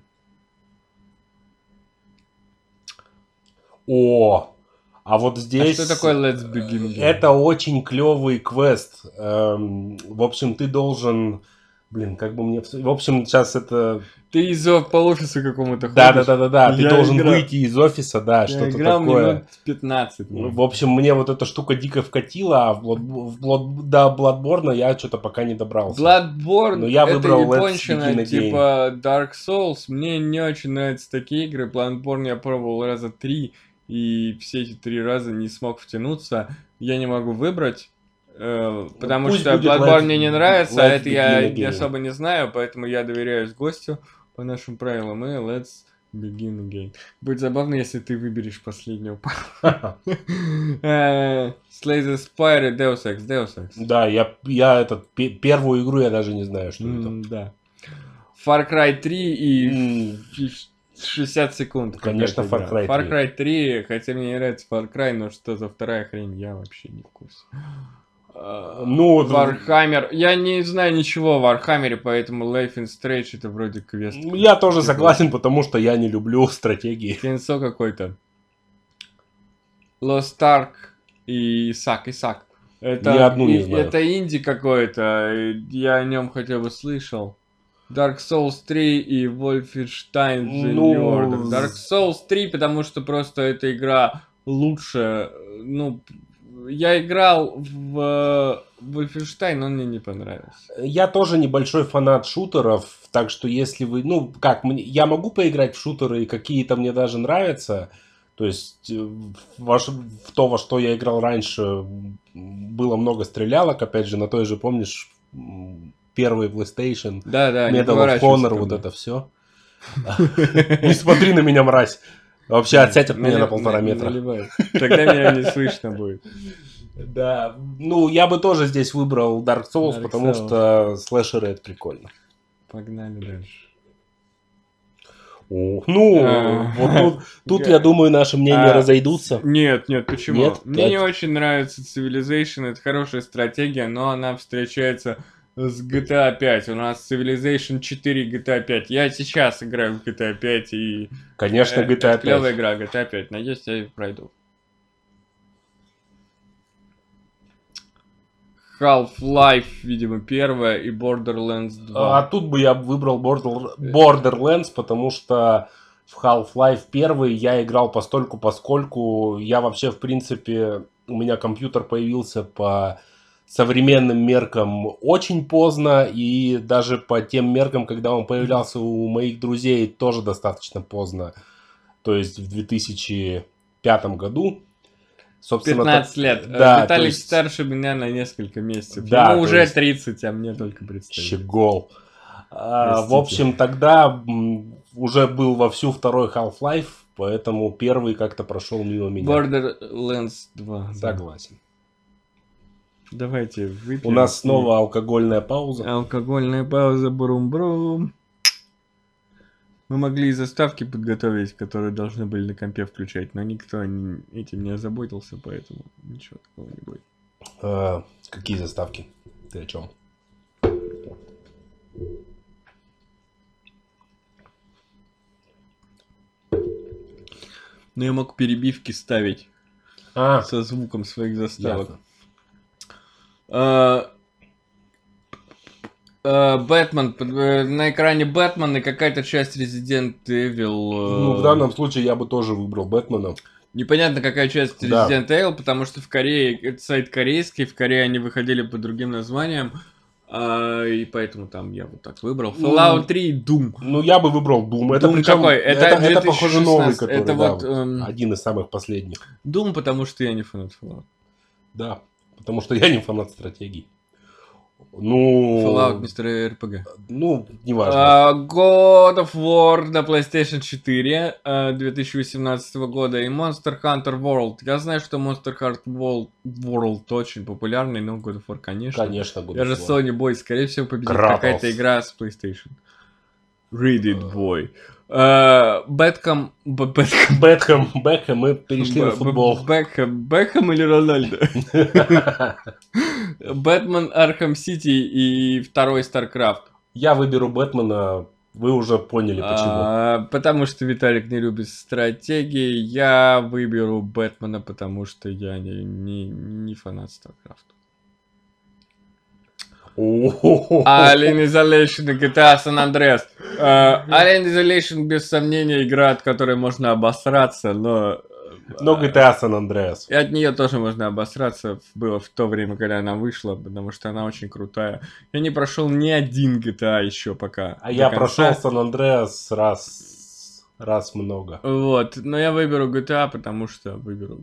Speaker 3: А вот здесь...
Speaker 1: А что такое Let's Begin Game?
Speaker 3: Это очень клевый квест. В общем, ты должен... как бы мне... В общем, сейчас это...
Speaker 1: Ты по офису какому-то
Speaker 3: ходишь? Да. Ты должен выйти из офиса, да, что-то такое.
Speaker 1: Минут 15.
Speaker 3: В общем, мне вот эта штука дико вкатила, а до Bloodborne я что-то пока не добрался.
Speaker 1: Bloodborne
Speaker 3: но я выбрал
Speaker 1: это японщина, типа Dark Souls. Мне не очень нравятся такие игры. Bloodborne я пробовал раза 3. И все эти 3 раза не смог втянуться. Я не могу выбрать, потому что Bloodborne мне не нравится, а это я особо не знаю, поэтому я доверяюсь гостю по нашим правилам. И let's begin again. Будет забавно, если ты выберешь последнего. Slay the Spire и Deus Ex.
Speaker 3: Да, я первую игру я даже не знаю, что это.
Speaker 1: Да. Far Cry 3 и 60 секунд.
Speaker 3: Конечно, Far Cry 3.
Speaker 1: Far Cry 3, хотя мне не нравится Far Cry, но что за вторая хрень, я вообще не в курсе. Warhammer. Я не знаю ничего о Warhammer, поэтому Life is Strange это вроде квест.
Speaker 3: Я тоже согласен, потому что я не люблю стратегии.
Speaker 1: Кенсо какой-то. Lost Ark и Исаак. Это инди какой-то, я о нем хотя бы слышал. Dark Souls 3 и Wolfenstein The New Order. Dark Souls 3, потому что просто эта игра лучше. Я играл в Wolfenstein, но он мне не понравился.
Speaker 3: Я тоже небольшой фанат шутеров, так что если вы... я могу поиграть в шутеры, и какие-то мне даже нравятся. То есть в то, во что я играл раньше, было много стрелялок, опять же, на той же, помнишь... Первый PlayStation, Medal of Honor, вот это все. Не смотри на меня, мразь. Вообще отсядь от меня на 1,5 метра.
Speaker 1: Тогда меня не слышно будет.
Speaker 3: Да, я бы тоже здесь выбрал Dark Souls, потому что слэшеры это прикольно.
Speaker 1: Погнали дальше.
Speaker 3: Вот тут, я думаю, наши мнения разойдутся.
Speaker 1: Нет, почему?
Speaker 3: Нет?
Speaker 1: Мне не очень нравится Civilization, это хорошая стратегия, но она встречается с GTA 5. У нас Civilization 4 GTA 5. Я сейчас играю в GTA 5 и...
Speaker 3: Конечно, GTA 5.
Speaker 1: Клевая игра, GTA 5. Надеюсь, я пройду. Half-Life, видимо, первая, и Borderlands 2.
Speaker 3: А тут бы я выбрал Borderlands, потому что в Half-Life 1 я играл постольку, поскольку я вообще, в принципе, у меня компьютер появился по современным меркам очень поздно, и даже по тем меркам, когда он появлялся у моих друзей, тоже достаточно поздно. То есть в 2005 году.
Speaker 1: Собственно, 15 лет.
Speaker 3: Да,
Speaker 1: Виталик
Speaker 3: есть...
Speaker 1: старше меня на несколько месяцев.
Speaker 3: Да,
Speaker 1: ему уже 30, а мне только предстоит.
Speaker 3: Щегол. В общем, тогда уже был вовсю второй Half-Life, поэтому первый как-то прошел мимо меня.
Speaker 1: Borderlands 2.
Speaker 3: Согласен.
Speaker 1: Давайте выпьем.
Speaker 3: У нас снова алкогольная пауза.
Speaker 1: Алкогольная пауза, брум-брум. Мы могли и заставки подготовить, которые должны были на компе включать, но никто этим не озаботился, поэтому ничего такого не будет.
Speaker 3: Какие заставки? Ты о чем?
Speaker 1: Ну, я мог перебивки ставить со звуком своих заставок. Бэтмен, на экране Бэтмен и какая-то часть Resident Evil.
Speaker 3: Ну, в данном случае я бы тоже выбрал Бэтмена.
Speaker 1: Непонятно, какая часть Resident Evil, потому что в Корее, это сайт корейский, в Корее они выходили под другим названием, и поэтому там я вот так выбрал. Fallout 3 и Doom.
Speaker 3: Ну, я бы выбрал Doom. Это
Speaker 1: Doom
Speaker 3: причем,
Speaker 1: какой?
Speaker 3: это похоже новый, который,
Speaker 1: это
Speaker 3: да,
Speaker 1: вот,
Speaker 3: один из самых последних.
Speaker 1: Doom, потому что я не фанат Fallout.
Speaker 3: Да, потому что я не фанат стратегий. Ну...
Speaker 1: Fallout, мистер RPG.
Speaker 3: Ну, неважно.
Speaker 1: God of War на PlayStation 4 2018 года и Monster Hunter World. Я знаю, что Monster Hunter World очень популярный, но God of War, конечно.
Speaker 3: Конечно, God of War.
Speaker 1: Я же Sony Boy, скорее всего, победит какая-то игра с PlayStation. Read it, boy. Бекхэм, мы перешли на футбол. Бекхэм или Рональдо? Бэтмен, Архам Сити и второй StarCraft.
Speaker 3: Я выберу Бэтмена, вы уже поняли почему.
Speaker 1: Потому что Виталик не любит стратегии. Я выберу Бэтмена, потому что я не фанат StarCraft. Alien Isolation и GTA San Andreas. Alien Isolation, без сомнения, игра, от которой можно обосраться, но...
Speaker 3: GTA San Andreas.
Speaker 1: И от нее тоже можно обосраться. Было в то время, когда она вышла, потому что она очень крутая. Я не прошел ни один GTA еще пока.
Speaker 3: А я прошел San Andreas раз много.
Speaker 1: Вот, но я выберу GTA, потому что...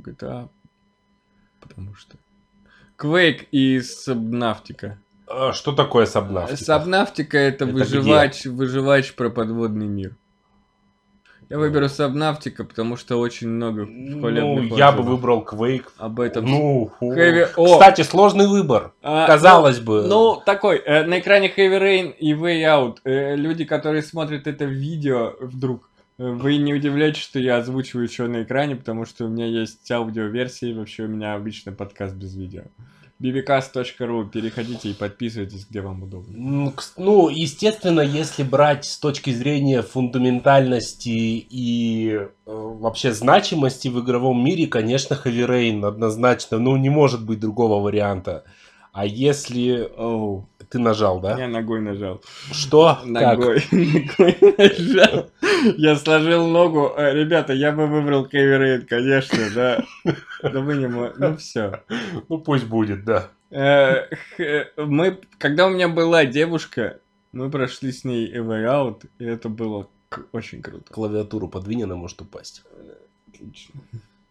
Speaker 1: Quake и Subnautica.
Speaker 3: Что такое Subnautica?
Speaker 1: Subnautica это выживач про подводный мир. Я выберу Subnautica, потому что очень много хвалебных отзывов.
Speaker 3: Я бы выбрал Quake.
Speaker 1: Об этом.
Speaker 3: Кстати, сложный выбор. Казалось бы.
Speaker 1: Ну, такой. На экране Heavy Rain и Way Out. Люди, которые смотрят это видео вдруг, вы не удивляйтесь, что я озвучиваю еще на экране, потому что у меня есть аудиоверсия, и вообще у меня обычно подкаст без видео. bbcast.ru, переходите и подписывайтесь, где вам удобно.
Speaker 3: Ну, естественно, если брать с точки зрения фундаментальности и вообще значимости в игровом мире, конечно, Heavy Rain однозначно, ну, не может быть другого варианта. А если... Ты нажал, да?
Speaker 1: Я ногой нажал.
Speaker 3: Что?
Speaker 1: Ногой нажал. Я сложил ногу. Ребята, я бы выбрал Heavy Rain, конечно, да. Да вы не можете. Ну все.
Speaker 3: Ну пусть будет, да.
Speaker 1: Когда у меня была девушка, мы прошли с ней A Way Out, и это было очень круто.
Speaker 3: Клавиатуру подвинь, она может упасть.
Speaker 1: Отлично.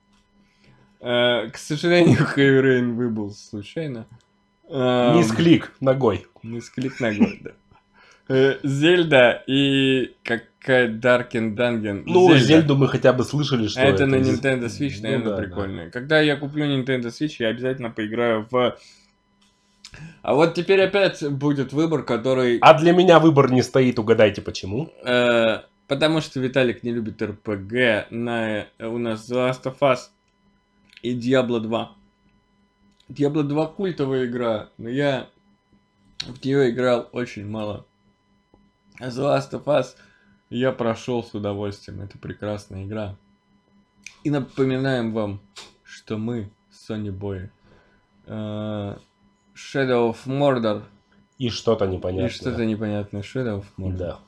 Speaker 1: К сожалению, Heavy Rain выбыл случайно.
Speaker 3: Мисклик ногой.
Speaker 1: Мисклик ногой, да. Зельда и какая Darken Dungeon.
Speaker 3: Ну, Зельду мы хотя бы слышали, что
Speaker 1: это на Nintendo Switch, наверное, прикольно. Да. Когда я куплю Nintendo Switch, я обязательно поиграю в... А вот теперь опять будет выбор, который...
Speaker 3: А для меня выбор не стоит, угадайте почему.
Speaker 1: Потому что Виталик не любит РПГ. У нас The Last of Us и Diablo 2. Diablo 2 культовая игра, но я в нее играл очень мало. А The Last of Us я прошел с удовольствием. Это прекрасная игра. И напоминаем вам, что мы Sony Boy. Shadow of Mordor.
Speaker 3: И что-то непонятное.
Speaker 1: И что-то непонятное. Shadow of Mordor.
Speaker 3: Да.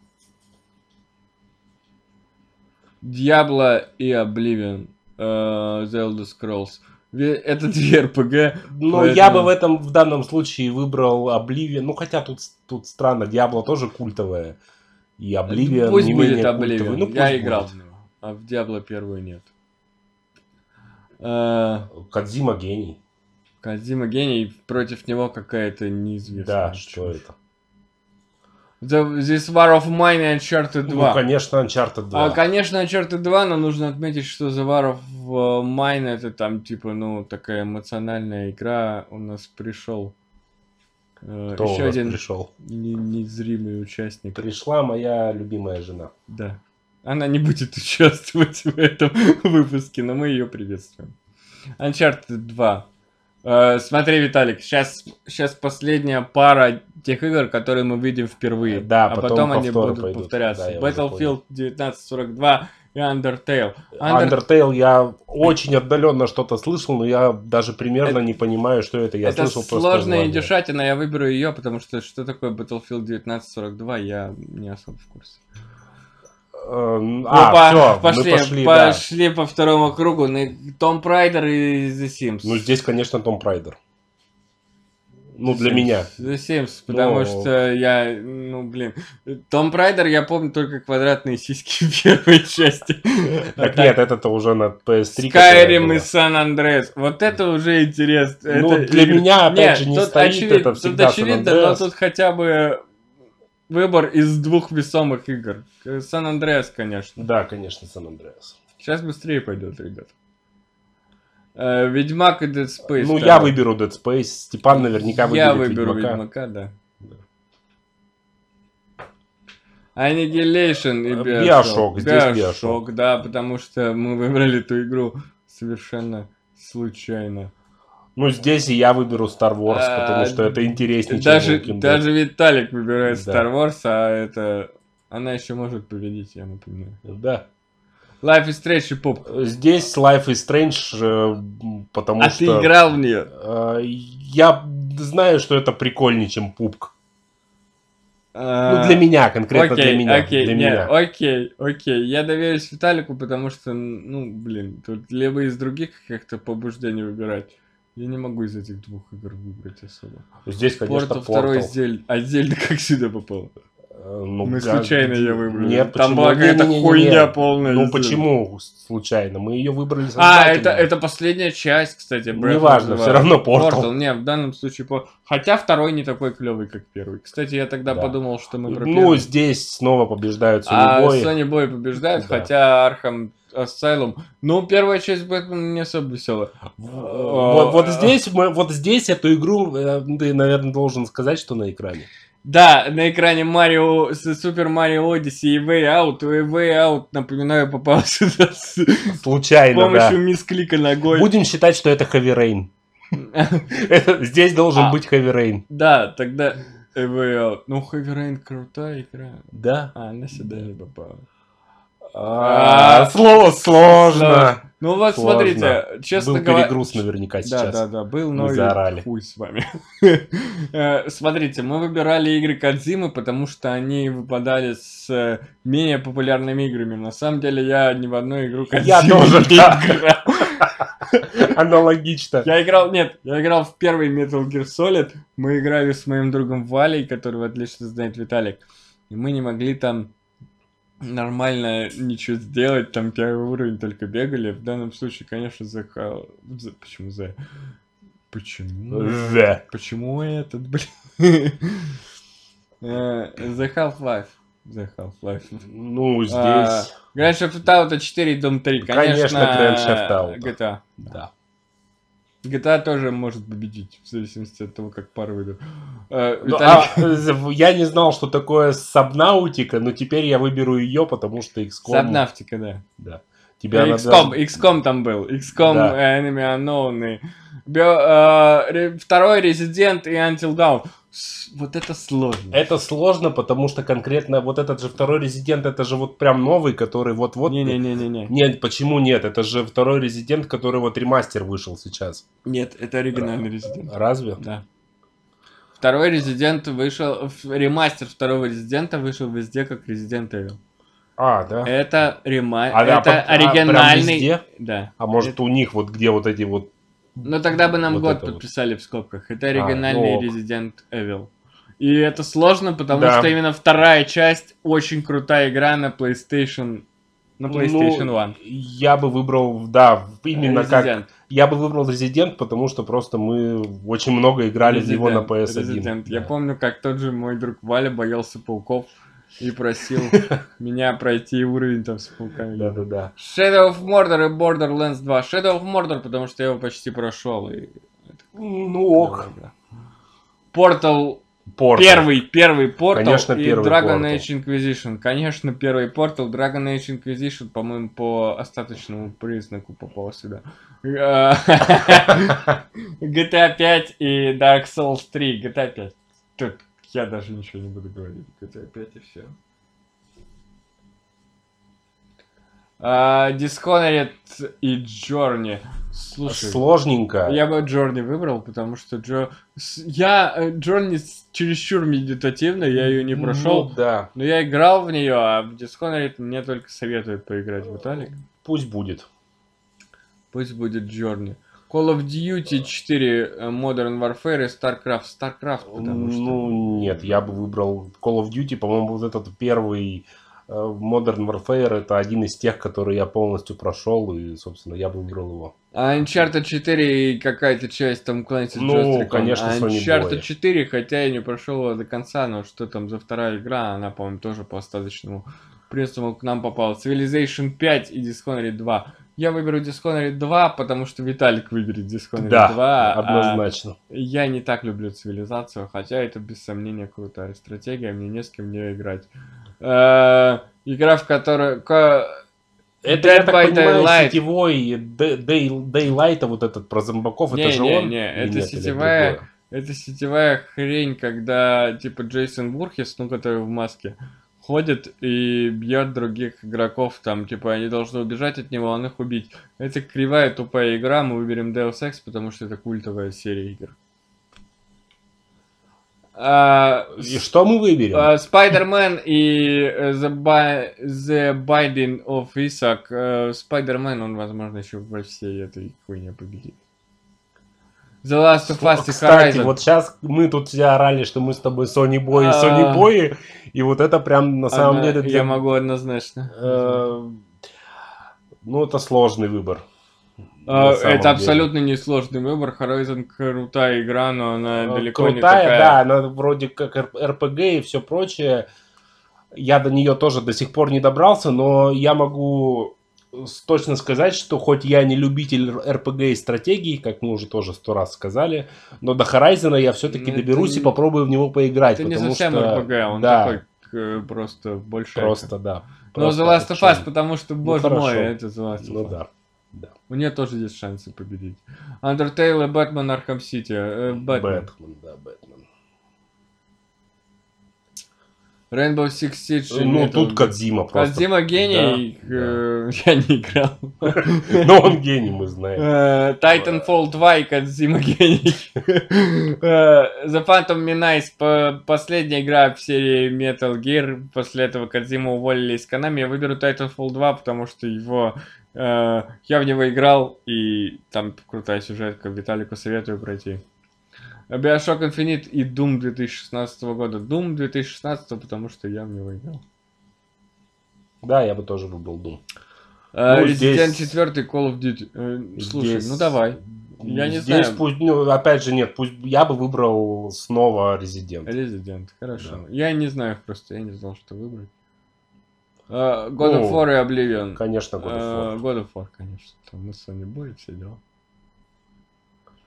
Speaker 1: Diablo и Oblivion. The Elder Scrolls. Это две RPG.
Speaker 3: Ну,
Speaker 1: поэтому...
Speaker 3: я бы в данном случае выбрал Oblivion. Ну, хотя тут странно, Diablo тоже культовая. И Oblivion
Speaker 1: Пусть
Speaker 3: не
Speaker 1: будет
Speaker 3: менее
Speaker 1: Oblivion.
Speaker 3: культовый. Ну,
Speaker 1: я
Speaker 3: пусть
Speaker 1: играл
Speaker 3: будет.
Speaker 1: в него. А в Diablo первую нет.
Speaker 3: Кодзима гений.
Speaker 1: Кодзима гений, против него какая-то неизвестная.
Speaker 3: Да, что это?
Speaker 1: This War of Mine и Uncharted 2.
Speaker 3: Ну, конечно, Uncharted 2.
Speaker 1: Конечно, Uncharted 2, но нужно отметить, что The War of Mine это там, типа, ну, такая эмоциональная игра. У нас пришел
Speaker 3: Кто
Speaker 1: еще
Speaker 3: у нас
Speaker 1: один
Speaker 3: пришел?
Speaker 1: незримый участник.
Speaker 3: Пришла моя любимая жена.
Speaker 1: Да. Она не будет участвовать в этом выпуске, но мы ее приветствуем. Uncharted 2. Смотри, Виталик, сейчас последняя пара тех игр, которые мы видим впервые.
Speaker 3: Да,
Speaker 1: а потом они будут
Speaker 3: пойдут.
Speaker 1: повторяться.
Speaker 3: Да, я уже
Speaker 1: Battlefield 1942 и Undertale.
Speaker 3: Undertale я очень отдаленно что-то слышал, но я даже примерно не понимаю, что это. Я
Speaker 1: это
Speaker 3: слышал просто
Speaker 1: сложная
Speaker 3: название.
Speaker 1: индюшатина, я выберу ее, потому что такое Battlefield 1942, я не особо в курсе.
Speaker 3: Все,
Speaker 1: Пошли
Speaker 3: да.
Speaker 1: по второму кругу. Tomb Raider и The Sims.
Speaker 3: Ну, здесь, конечно, Tomb Raider. Ну,
Speaker 1: The
Speaker 3: для
Speaker 1: Sims.
Speaker 3: меня.
Speaker 1: The Sims, потому что я, Tomb Raider я помню только квадратные сиськи в первой части.
Speaker 3: Так нет, это уже на PS3.
Speaker 1: Skyrim и San Andreas. Вот это уже интересно.
Speaker 3: Ну, для меня, опять же, не стоит это всегда
Speaker 1: Тут очевидно,
Speaker 3: San
Speaker 1: но
Speaker 3: Andreas.
Speaker 1: тут хотя бы выбор из двух весомых игр. San Andreas, конечно.
Speaker 3: Да, конечно, San Andreas.
Speaker 1: Сейчас быстрее пойдет, ребят. Ведьмак и Dead Space.
Speaker 3: Ну, я выберу Dead Space. Степан наверняка выберет
Speaker 1: Я выберу Ведьмака, да. Annihilation и
Speaker 3: Bioshock. Здесь Bioshock.
Speaker 1: Да, потому что мы выбрали эту игру совершенно случайно.
Speaker 3: Ну, здесь и я выберу Star Wars, потому что это интереснее, чем Walking Dead.
Speaker 1: Даже Виталик выбирает
Speaker 3: Да.
Speaker 1: Star Wars, а это... Она еще может победить, я напоминаю.
Speaker 3: Да.
Speaker 1: Life is Strange и Поп.
Speaker 3: Здесь Life is Strange, потому
Speaker 1: А
Speaker 3: что...
Speaker 1: ты играл в нее?
Speaker 3: Я знаю, что это прикольнее, чем пупк. Ну, для меня, конкретно для меня. Для меня.
Speaker 1: Окей. Я доверюсь Виталику, потому что, тут либо из других как-то побуждений выбирать. Я не могу из этих двух игр выбрать особо.
Speaker 3: Здесь, конечно,
Speaker 1: Portal 2 А Зельда как сюда попал?
Speaker 3: Ну,
Speaker 1: Мы случайно ее выбрали.
Speaker 3: Нет,
Speaker 1: Там
Speaker 3: почему?
Speaker 1: была какая-то
Speaker 3: Не-не-не-не.
Speaker 1: хуйня полная.
Speaker 3: Ну,
Speaker 1: Зельда.
Speaker 3: почему случайно? Мы ее выбрали сознательно.
Speaker 1: Это последняя часть, кстати. Breath
Speaker 3: Неважно,
Speaker 1: of the
Speaker 3: все
Speaker 1: Wild.
Speaker 3: равно Portal.
Speaker 1: Не, в данном случае... Хотя второй не такой клевый, как первый. Кстати, я тогда
Speaker 3: Да.
Speaker 1: подумал, что мы про
Speaker 3: Ну,
Speaker 1: первый.
Speaker 3: здесь снова побеждают
Speaker 1: А
Speaker 3: Sony Boy.
Speaker 1: Sony Boy побеждает,
Speaker 3: Да.
Speaker 1: хотя Arkham Asylum... Ну, первая часть Бэтмена не особо веселая.
Speaker 3: Вот здесь эту игру ты, наверное, должен сказать, что на экране.
Speaker 1: Да, на экране Super Mario Odyssey и Way Out. И Way Out, напоминаю, попал сюда с
Speaker 3: Случайно,
Speaker 1: помощью
Speaker 3: да.
Speaker 1: мисклика ногой.
Speaker 3: Будем считать, что это Heavy Rain. Здесь должен быть Heavy Rain.
Speaker 1: Да, тогда Way Out. Ну, Heavy Rain крутая игра.
Speaker 3: Да.
Speaker 1: Она сюда не попала.
Speaker 3: Слово сложно.
Speaker 1: Ну вот,
Speaker 3: Сложно.
Speaker 1: смотрите, честно
Speaker 3: Был
Speaker 1: говоря...
Speaker 3: перегруз наверняка сейчас.
Speaker 1: Да, был, но
Speaker 3: Мы
Speaker 1: и
Speaker 3: заорали.
Speaker 1: хуй с вами. Смотрите, мы выбирали игры Кодзимы, потому что они выпадали с менее популярными играми. На самом деле, я ни в одну игру Кодзимы
Speaker 3: Я тоже,
Speaker 1: не
Speaker 3: да.
Speaker 1: играл.
Speaker 3: Аналогично.
Speaker 1: Я играл в первый Metal Gear Solid. Мы играли с моим другом Валей, которого отлично знает Виталик. И мы не могли там нормально ничего сделать, там первый уровень только бегали. В данном случае, конечно, Почему The? Почему этот, блин? The Half-Life.
Speaker 3: Ну, здесь...
Speaker 1: Grand Theft Auto 4 и Doom 3.
Speaker 3: Конечно, Grand Theft Auto.
Speaker 1: GTA.
Speaker 3: Да.
Speaker 1: GTA тоже может победить, в зависимости от того, как пара выберет.
Speaker 3: Ну,
Speaker 1: Виталик,
Speaker 3: я не знал, что такое Сабнаутика, но теперь я выберу ее, потому что XCOM...
Speaker 1: Сабнавтика, да.
Speaker 3: Да. Тебе она
Speaker 1: XCOM там был. XCOM,
Speaker 3: Да.
Speaker 1: Enemy Unknown. Второй Resident и Until Dawn. Вот это сложно.
Speaker 3: Это сложно, потому что конкретно вот этот же второй Резидент, это же вот прям новый, который вот-вот...
Speaker 1: Не-не-не-не.
Speaker 3: Нет, почему нет? Это же второй Резидент, который вот ремастер вышел сейчас.
Speaker 1: Нет, это оригинальный Resident.
Speaker 3: Разве?
Speaker 1: Да. Второй Resident вышел... Ремастер второго Резидента вышел везде как Resident Evil.
Speaker 3: А, да?
Speaker 1: Это это оригинальный...
Speaker 3: Прям везде?
Speaker 1: Да.
Speaker 3: А может у них вот где вот эти вот...
Speaker 1: Ну тогда бы нам
Speaker 3: вот
Speaker 1: год
Speaker 3: это вот.
Speaker 1: подписали в скобках. Это оригинальный
Speaker 3: ну ок.
Speaker 1: Resident Evil. И это сложно, потому
Speaker 3: Да.
Speaker 1: что именно вторая часть очень крутая игра на PlayStation 1.
Speaker 3: Я бы выбрал, да, именно
Speaker 1: Resident.
Speaker 3: как... Я бы выбрал Резидент, потому что просто мы очень много играли в него на PS1.
Speaker 1: Resident. Я
Speaker 3: Да.
Speaker 1: помню, как тот же мой друг Валя боялся пауков и просил меня пройти уровень там с пауками.
Speaker 3: Да-да-да.
Speaker 1: Shadow of Mordor и Borderlands 2. Shadow of Mordor, потому что я его почти прошел. И...
Speaker 3: Ну ок.
Speaker 1: Portal.
Speaker 3: Portal.
Speaker 1: Первый Portal
Speaker 3: Конечно,
Speaker 1: и
Speaker 3: первый
Speaker 1: Dragon
Speaker 3: Portal.
Speaker 1: Age Inquisition. Конечно, первый Portal, Dragon Age Inquisition, по-моему, по остаточному признаку попал сюда. GTA 5 и Dark Souls 3. GTA 5. Тут я даже ничего не буду говорить. GTA 5 и все. Dishonored и Journey. Слушай,
Speaker 3: Сложненько.
Speaker 1: я бы Journey выбрал, потому что Journey чересчур медитативная, я ее не прошел.
Speaker 3: Ну, да.
Speaker 1: Но я играл в нее, а в Dishonored мне только советуют поиграть. Виталик?
Speaker 3: Пусть будет.
Speaker 1: Пусть будет Journey. Call of Duty 4, Modern Warfare и StarCraft. StarCraft, потому что...
Speaker 3: Ну, нет, я бы выбрал Call of Duty. По-моему, вот этот первый Modern Warfare, это один из тех, которые я полностью прошел, и, собственно, я бы выбрал его.
Speaker 1: А Uncharted 4 и какая-то часть там Clancy
Speaker 3: Ну,
Speaker 1: Jostricon.
Speaker 3: конечно, Sony
Speaker 1: Uncharted
Speaker 3: Boy.
Speaker 1: 4, хотя я не прошел его до конца, но что там за вторая игра, она, по-моему, тоже по остаточному принципу к нам попала. Civilization 5 и Dishonored 2. Я выберу Dishonored 2, потому что Виталик выберет Dishonored 2.
Speaker 3: Да, однозначно.
Speaker 1: Я не так люблю цивилизацию, хотя это без сомнения крутая стратегия, мне не с кем не играть. Игра, в которой...
Speaker 3: Это, я так понимаю, сетевой Daylight, вот этот про зомбаков, это же он?
Speaker 1: Это сетевая хрень, когда типа Джейсон Бурхес, ну который в маске, ходит и бьет других игроков, там, типа, они должны убежать от него, а он их убить. Это кривая, тупая игра, мы выберем Deus Ex, потому что это культовая серия игр.
Speaker 3: И что мы выберем?
Speaker 1: Spider-Man и The Binding of Isaac. Spider-Man, он, возможно, еще во всей этой хуйне победит. The Last of Us и Horizon.
Speaker 3: Кстати, вот сейчас мы тут все орали, что мы с тобой Sony Boy, и вот это прям на самом деле...
Speaker 1: Я могу однозначно.
Speaker 3: Ну, это сложный выбор.
Speaker 1: Это абсолютно несложный выбор. Horizon крутая игра, но она далеко не такая.
Speaker 3: Крутая, да, она вроде как RPG и все прочее. Я до нее тоже до сих пор не добрался, но я могу точно сказать, что хоть я не любитель RPG и стратегий, как мы уже тоже 100 раз сказали, но до Horizon я все-таки доберусь и попробую в него поиграть.
Speaker 1: Это не совсем RPG, он такой просто больше.
Speaker 3: Просто, да.
Speaker 1: Но The Last of Us, потому что, боже мой, это The Last of Us.
Speaker 3: Ну да.
Speaker 1: У нее тоже есть шансы победить. Undertale и Batman Arkham City. Бэтмен,
Speaker 3: да, Бэтмен.
Speaker 1: Rainbow Six Siege.
Speaker 3: Ну, тут Кодзима просто.
Speaker 1: Кодзима гений. Я не играл.
Speaker 3: Но он гений, мы знаем.
Speaker 1: Titanfall 2 и Кодзима гений. The Phantom Menace. Последняя игра в серии Metal Gear. После этого Кодзима уволили из Konami. Я выберу Titanfall 2, потому что его... Я в него играл, и там крутая сюжетка. Виталику советую пройти. Bioshock Infinite и Doom 2016 года. Doom 2016, потому что я в него играл.
Speaker 3: Да, я бы тоже выбрал Doom.
Speaker 1: Resident 4 Call of Duty. Слушай, ну давай. Я не знаю.
Speaker 3: Здесь пусть, ну, опять же, нет, пусть я бы выбрал снова Resident.
Speaker 1: Resident, хорошо. Да. Я не знаю просто, я не знал, что выбрать. God of War и Oblivion.
Speaker 3: Конечно, God of War.
Speaker 1: God of War, конечно. Там мы с Sony Boy все дела.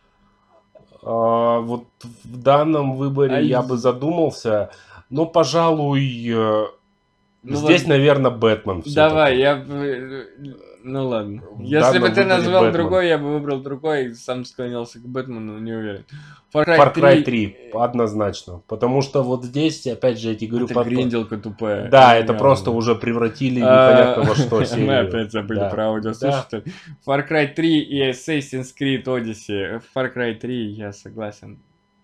Speaker 3: Вот в данном выборе я бы задумался. Но, пожалуй,
Speaker 1: Ну
Speaker 3: здесь,
Speaker 1: вот,
Speaker 3: наверное, Бэтмен.
Speaker 1: давай,
Speaker 3: всё-таки.
Speaker 1: ну ладно.
Speaker 3: В
Speaker 1: Если бы
Speaker 3: данном
Speaker 1: ты
Speaker 3: выборе
Speaker 1: назвал
Speaker 3: Бэтмен.
Speaker 1: другой, я бы выбрал другой, сам склонялся к Бэтмену, не уверен. Far
Speaker 3: Far Cry 3,
Speaker 1: 3
Speaker 3: однозначно. Потому что вот здесь, опять же, я тебе говорю...
Speaker 1: это гринделка тупая.
Speaker 3: Да,
Speaker 1: Ну,
Speaker 3: это
Speaker 1: реально.
Speaker 3: просто уже превратили непонятно во что
Speaker 1: Мы
Speaker 3: серию.
Speaker 1: опять забыли
Speaker 3: Да.
Speaker 1: про аудиослушатель. Far Cry 3 и Assassin's Creed Odyssey. Far Cry 3, я согласен.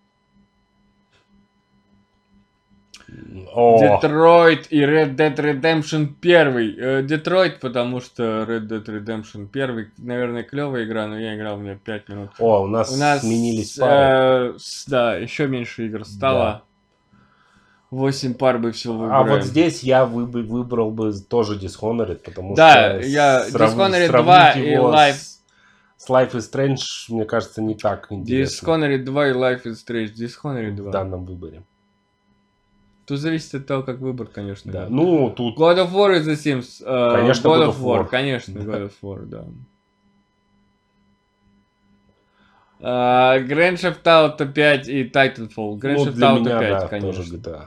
Speaker 3: О,
Speaker 1: Детройт и Red Dead Redemption 1. Детройт, потому что Red Dead Redemption 1, наверное, клевая игра, но я играл в нее 5 минут.
Speaker 3: у нас сменились пары.
Speaker 1: Да, еще меньше игр стало. 8 пар бы всего выбираем.
Speaker 3: А вот здесь я выбрал бы тоже Dishonored, потому
Speaker 1: да,
Speaker 3: что
Speaker 1: я Dishonored 2 и Life...
Speaker 3: с Life is Strange, мне кажется, не так интересно.
Speaker 1: Dishonored 2 и Life is Strange. Dishonored 2.
Speaker 3: В данном выборе.
Speaker 1: Тут зависит от того, как выбор, конечно.
Speaker 3: Да. Ну, тут...
Speaker 1: God of War и The Sims.
Speaker 3: Конечно,
Speaker 1: God of War. Конечно,
Speaker 3: Да.
Speaker 1: God of War, да. Grand Theft Auto 5 и Titanfall. Grand
Speaker 3: Ну,
Speaker 1: Theft
Speaker 3: для
Speaker 1: Auto
Speaker 3: меня,
Speaker 1: 5,
Speaker 3: да,
Speaker 1: конечно.
Speaker 3: тоже GTA.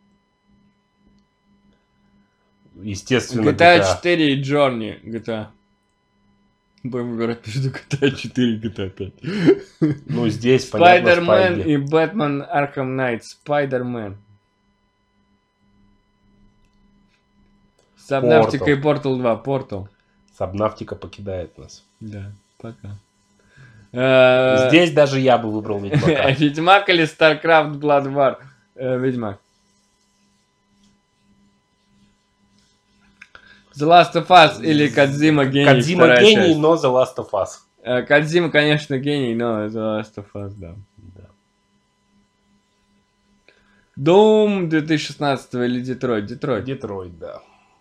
Speaker 3: Естественно,
Speaker 1: GTA 4 и Journey. GTA. Будем выбирать между GTA 4 и GTA 5.
Speaker 3: Ну, здесь, понятно,
Speaker 1: Spider-Man
Speaker 3: Спайди.
Speaker 1: и Batman Arkham Knight. Spider-Man. Subnautica и Portal 2. Portal.
Speaker 3: Сабнавтика покидает нас.
Speaker 1: Да, пока.
Speaker 3: Здесь даже я бы выбрал Ведьмака.
Speaker 1: Ведьмак или StarCraft Blood War? Ведьмак. The Last of Us или Кодзима гений?
Speaker 3: Кодзима
Speaker 1: вторая
Speaker 3: гений,
Speaker 1: часть?
Speaker 3: но The Last of Us.
Speaker 1: Кодзима, конечно, гений, но The Last of Us, да. Doom 2016 или Детройт? Детройт.
Speaker 3: Детройт, да.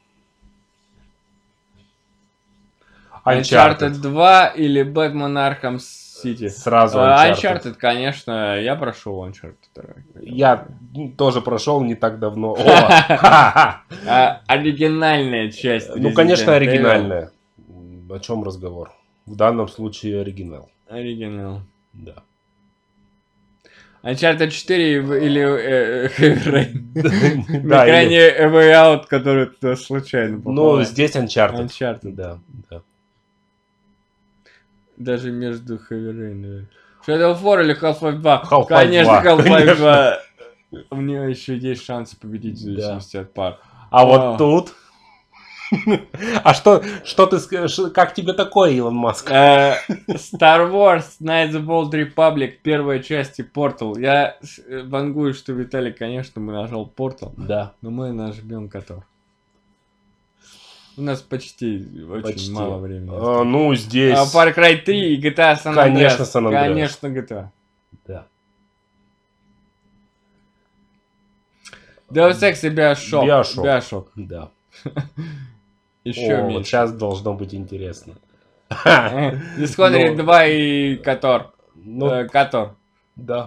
Speaker 1: Uncharted 2 или Batman Arkham City?
Speaker 3: Сразу
Speaker 1: Uncharted, конечно, я прошел Uncharted 2.
Speaker 3: Я тоже прошел не так давно. О!
Speaker 1: Оригинальная часть.
Speaker 3: Ну,
Speaker 1: Resident
Speaker 3: конечно,
Speaker 1: Evil.
Speaker 3: оригинальная. О чем разговор? В данном случае оригинал.
Speaker 1: Оригинал.
Speaker 3: Да.
Speaker 1: Uncharted 4 или Heavy Rain?
Speaker 3: Да,
Speaker 1: Крайне A Way Out, который туда случайно попал.
Speaker 3: Ну, здесь Uncharted.
Speaker 1: Uncharted.
Speaker 3: Да, да.
Speaker 1: Даже между Heavy Rain, наверное. Shadow of War или Half-Life 2?
Speaker 3: Half-Life
Speaker 1: Конечно,
Speaker 3: 2,
Speaker 1: Half-Life
Speaker 3: конечно.
Speaker 1: 2. У нее еще есть шанс победить в
Speaker 3: Да.
Speaker 1: зависимости от пар.
Speaker 3: А вот тут... А что ты скажешь? Как тебе такое, Илон Маск?
Speaker 1: Star Wars Knights of the Old Republic, первая часть и Portal. Я вангую, что Виталий, конечно, мы нажал Portal,
Speaker 3: Да.
Speaker 1: но мы нажмем Котор. У нас почти очень мало времени.
Speaker 3: Ну, здесь...
Speaker 1: Far Cry 3 и GTA San Andreas.
Speaker 3: Конечно, San Andreas.
Speaker 1: Конечно, GTA.
Speaker 3: Да.
Speaker 1: Deus Ex и Bioshock.
Speaker 3: Bioshock.
Speaker 1: Bioshock.
Speaker 3: Да.
Speaker 1: Еще
Speaker 3: Вот
Speaker 1: меньше.
Speaker 3: сейчас должно быть интересно.
Speaker 1: Dishonored 2 и Котор.
Speaker 3: Ну,
Speaker 1: Котор.
Speaker 3: да.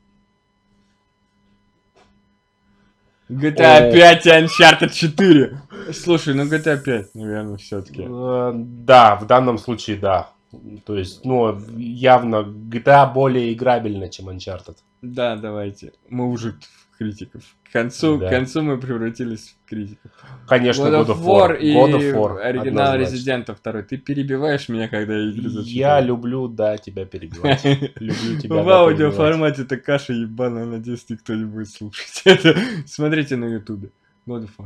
Speaker 1: GTA 5 и Uncharted 4. Слушай, ну GTA 5, наверное, все-таки.
Speaker 3: Да, в данном случае да. То есть, ну, явно GTA более играбельна, чем Uncharted.
Speaker 1: Да, давайте. Мы уже в критиков. К концу мы превратились в критиков.
Speaker 3: Конечно,
Speaker 1: God of War и
Speaker 3: God of War,
Speaker 1: оригинал
Speaker 3: однозначно.
Speaker 1: Resident 2. Ты перебиваешь меня, когда я игры зачитываю.
Speaker 3: Я люблю, да, тебя перебивать. Люблю тебя,
Speaker 1: В
Speaker 3: да,
Speaker 1: аудиоформате это каша ебаная, надеюсь, никто не будет слушать это. Смотрите на ютубе. God of War.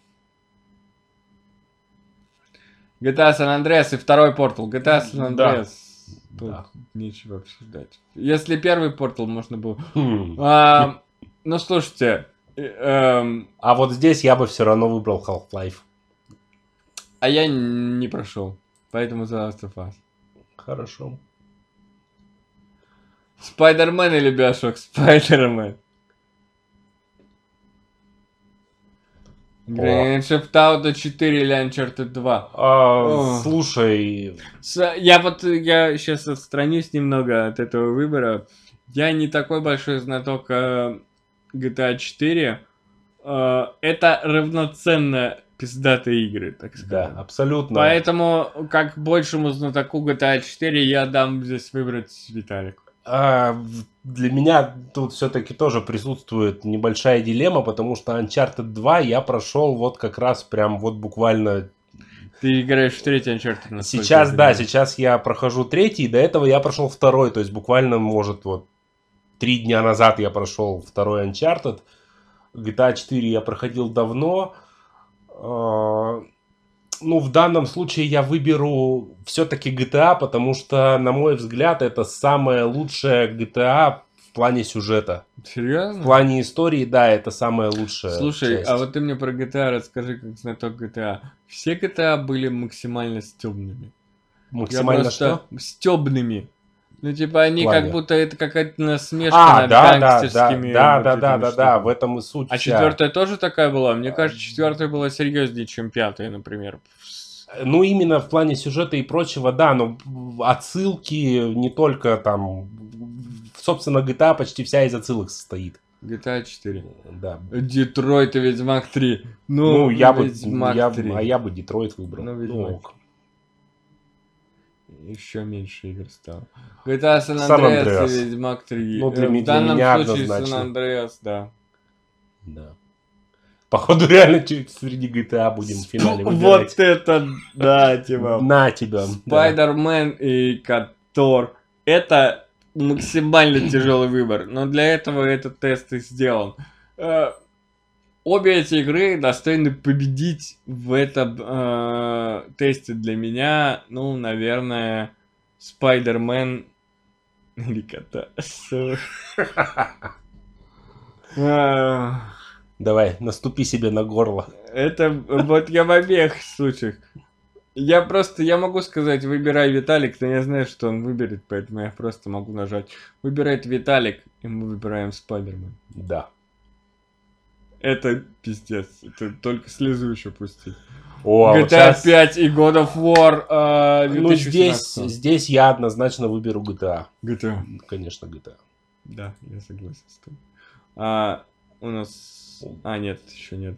Speaker 1: GTA San Andreas и второй Portal. GTA San
Speaker 3: Да.
Speaker 1: Andreas. Тут
Speaker 3: Да.
Speaker 1: нечего обсуждать. Если первый Portal можно было...
Speaker 3: перебивать.
Speaker 1: Ну, слушайте.
Speaker 3: А вот здесь я бы все равно выбрал Half-Life.
Speaker 1: А я не прошел. Поэтому The Last of Us.
Speaker 3: Хорошо.
Speaker 1: Spider-Man или Bioshock? Spider-Man. Grand Theft Auto 4 или Uncharted 2?
Speaker 3: Слушай,
Speaker 1: Я сейчас отстранюсь немного от этого выбора. Я не такой большой знаток GTA 4. Это равноценно пиздатые игры, так
Speaker 3: да,
Speaker 1: сказать.
Speaker 3: абсолютно.
Speaker 1: Поэтому, как большему знатоку GTA 4, я дам здесь выбрать Виталику.
Speaker 3: Для меня тут все-таки тоже присутствует небольшая дилемма, потому что Uncharted 2 я прошел вот как раз прям вот буквально...
Speaker 1: Ты играешь в третий Uncharted, насколько
Speaker 3: Сейчас,
Speaker 1: я
Speaker 3: да,
Speaker 1: понимаю.
Speaker 3: сейчас я прохожу третий, до этого я прошел второй, то есть буквально, может, вот 3 дня назад я прошел второй Uncharted. GTA 4 я проходил давно. Ну, в данном случае я выберу все-таки GTA, потому что, на мой взгляд, это самая лучшая GTA в плане сюжета. В
Speaker 1: Серьезно?
Speaker 3: плане истории, да, это самая лучшая
Speaker 1: Слушай,
Speaker 3: часть.
Speaker 1: а вот ты мне про GTA расскажи, как знаток GTA. Все GTA были максимально стёбными.
Speaker 3: Максимально
Speaker 1: Я
Speaker 3: что?
Speaker 1: просто стёбными. Ну, типа, они
Speaker 3: В плане?
Speaker 1: как будто это какая-то насмешка над гангстерскими вот этими
Speaker 3: да,
Speaker 1: штуками.
Speaker 3: в этом и суть
Speaker 1: А
Speaker 3: вся.
Speaker 1: четвертая тоже такая была? Мне кажется, четвертая была серьезнее, чем пятая, например.
Speaker 3: Ну, именно в плане сюжета и прочего, да, но отсылки не только там... Собственно, GTA почти вся из отсылок состоит.
Speaker 1: GTA 4.
Speaker 3: Да.
Speaker 1: Детройт и Ведьмак 3.
Speaker 3: Ну, я бы
Speaker 1: Ведьмак 3.
Speaker 3: Детройт выбрал.
Speaker 1: Ну,
Speaker 3: Ну,
Speaker 1: Ведьмак.
Speaker 3: ок.
Speaker 1: Еще меньше игр стало. GTA San
Speaker 3: San
Speaker 1: Andreas
Speaker 3: Andreas.
Speaker 1: и Ведьмак 3.
Speaker 3: Ну, для
Speaker 1: В
Speaker 3: меня
Speaker 1: данном случае
Speaker 3: однозначно.
Speaker 1: San Andreas, да.
Speaker 3: Да. Походу, реально чуть среди GTA будем в финале выбирать.
Speaker 1: Вот это, да, типа.
Speaker 3: На тебя.
Speaker 1: Спайдермен и Котор. Это максимально тяжелый выбор, но для этого этот тест и сделан. Обе эти игры достойны победить в этом тесте для меня. Ну, наверное, Спайдермен или Кота.
Speaker 3: Давай, наступи себе на горло.
Speaker 1: Это вот я в обеих случаях. Я могу сказать, выбирай Виталик, но я знаю, что он выберет, поэтому я просто могу нажать. Выбирает Виталик, и мы выбираем Спайдермен.
Speaker 3: Да.
Speaker 1: Это пиздец, это только слезу еще пустить.
Speaker 3: О, а вот
Speaker 1: GTA
Speaker 3: щас-
Speaker 1: 5 и God of War
Speaker 3: Ну,
Speaker 1: 2017.
Speaker 3: здесь я однозначно выберу GTA.
Speaker 1: GTA.
Speaker 3: Конечно, GTA.
Speaker 1: Да, я согласен с тобой. У нас... нет, еще нет.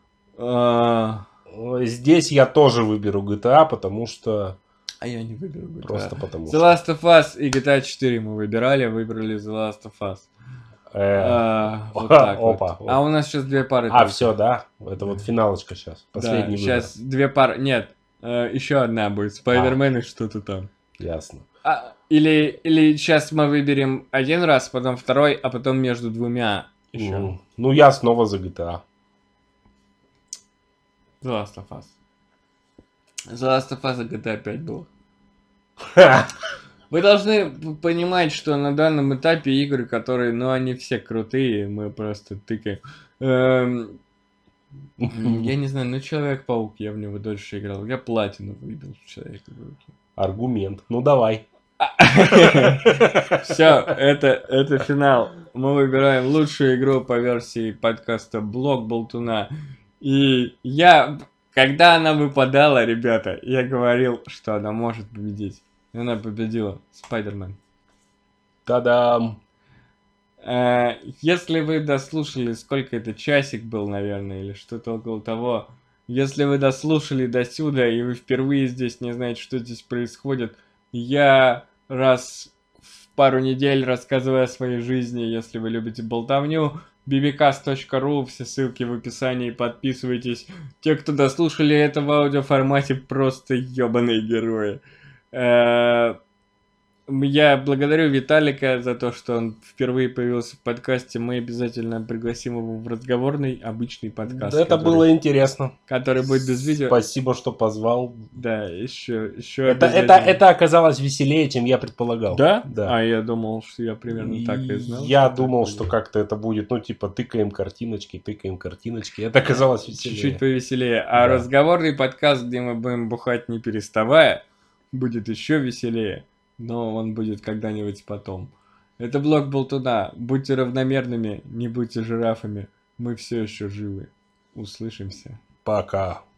Speaker 3: Здесь я тоже выберу GTA, потому что...
Speaker 1: Я не выберу GTA.
Speaker 3: Просто потому
Speaker 1: The
Speaker 3: что...
Speaker 1: Last of Us и GTA 4 мы выбрали The Last of Us. Вот так
Speaker 3: Опа.
Speaker 1: вот. А у нас сейчас две пары.
Speaker 3: Все, да? Это вот финалочка сейчас. Последний выбор.
Speaker 1: Сейчас две пары. Нет, еще одна будет. Спайдермен и что-то там.
Speaker 3: Ясно.
Speaker 1: Или сейчас мы выберем один раз, потом второй, а потом между двумя еще.
Speaker 3: Ну, я снова за GTA.
Speaker 1: The Last of Us. The Last of Us и GTA 5 было. Вы должны понимать, что на данном этапе игры, которые, они все крутые, мы просто тыкаем. Я не знаю, Человек-паук, я в него дольше играл. Я платину выбил в Человека-пауке.
Speaker 3: Аргумент. Ну, давай.
Speaker 1: Все, это финал. Мы выбираем лучшую игру по версии подкаста Блог Болтуна. И когда она выпадала, ребята, я говорил, что она может победить. И она победила. Спайдермен.
Speaker 3: Та-дам!
Speaker 1: Если вы дослушали, сколько это, часик был, наверное, или что-то около того. Если вы дослушали до сюда, и вы впервые здесь не знаете, что здесь происходит, я раз в пару недель рассказываю о своей жизни, если вы любите болтовню. bbcast.ru, все ссылки в описании, подписывайтесь. Те, кто дослушали это в аудиоформате, просто ебаные герои. Я благодарю Виталика за то, что он впервые появился в подкасте. Мы обязательно пригласим его в разговорный, обычный подкаст.
Speaker 3: Это было интересно.
Speaker 1: Который будет без видео.
Speaker 3: Спасибо, что позвал.
Speaker 1: Да, еще
Speaker 3: Это оказалось веселее, чем я предполагал.
Speaker 1: Да?
Speaker 3: Да.
Speaker 1: А я думал, что я примерно так и знал.
Speaker 3: Я думал, что как-то это будет, тыкаем картиночки. Это оказалось веселее.
Speaker 1: Чуть-чуть повеселее. А
Speaker 3: Да.
Speaker 1: разговорный подкаст, где мы будем бухать не переставая, будет еще веселее. Но он будет когда-нибудь потом. Это блог Болтуна. Будьте равномерными, не будьте жирафами. Мы все еще живы. Услышимся.
Speaker 3: Пока.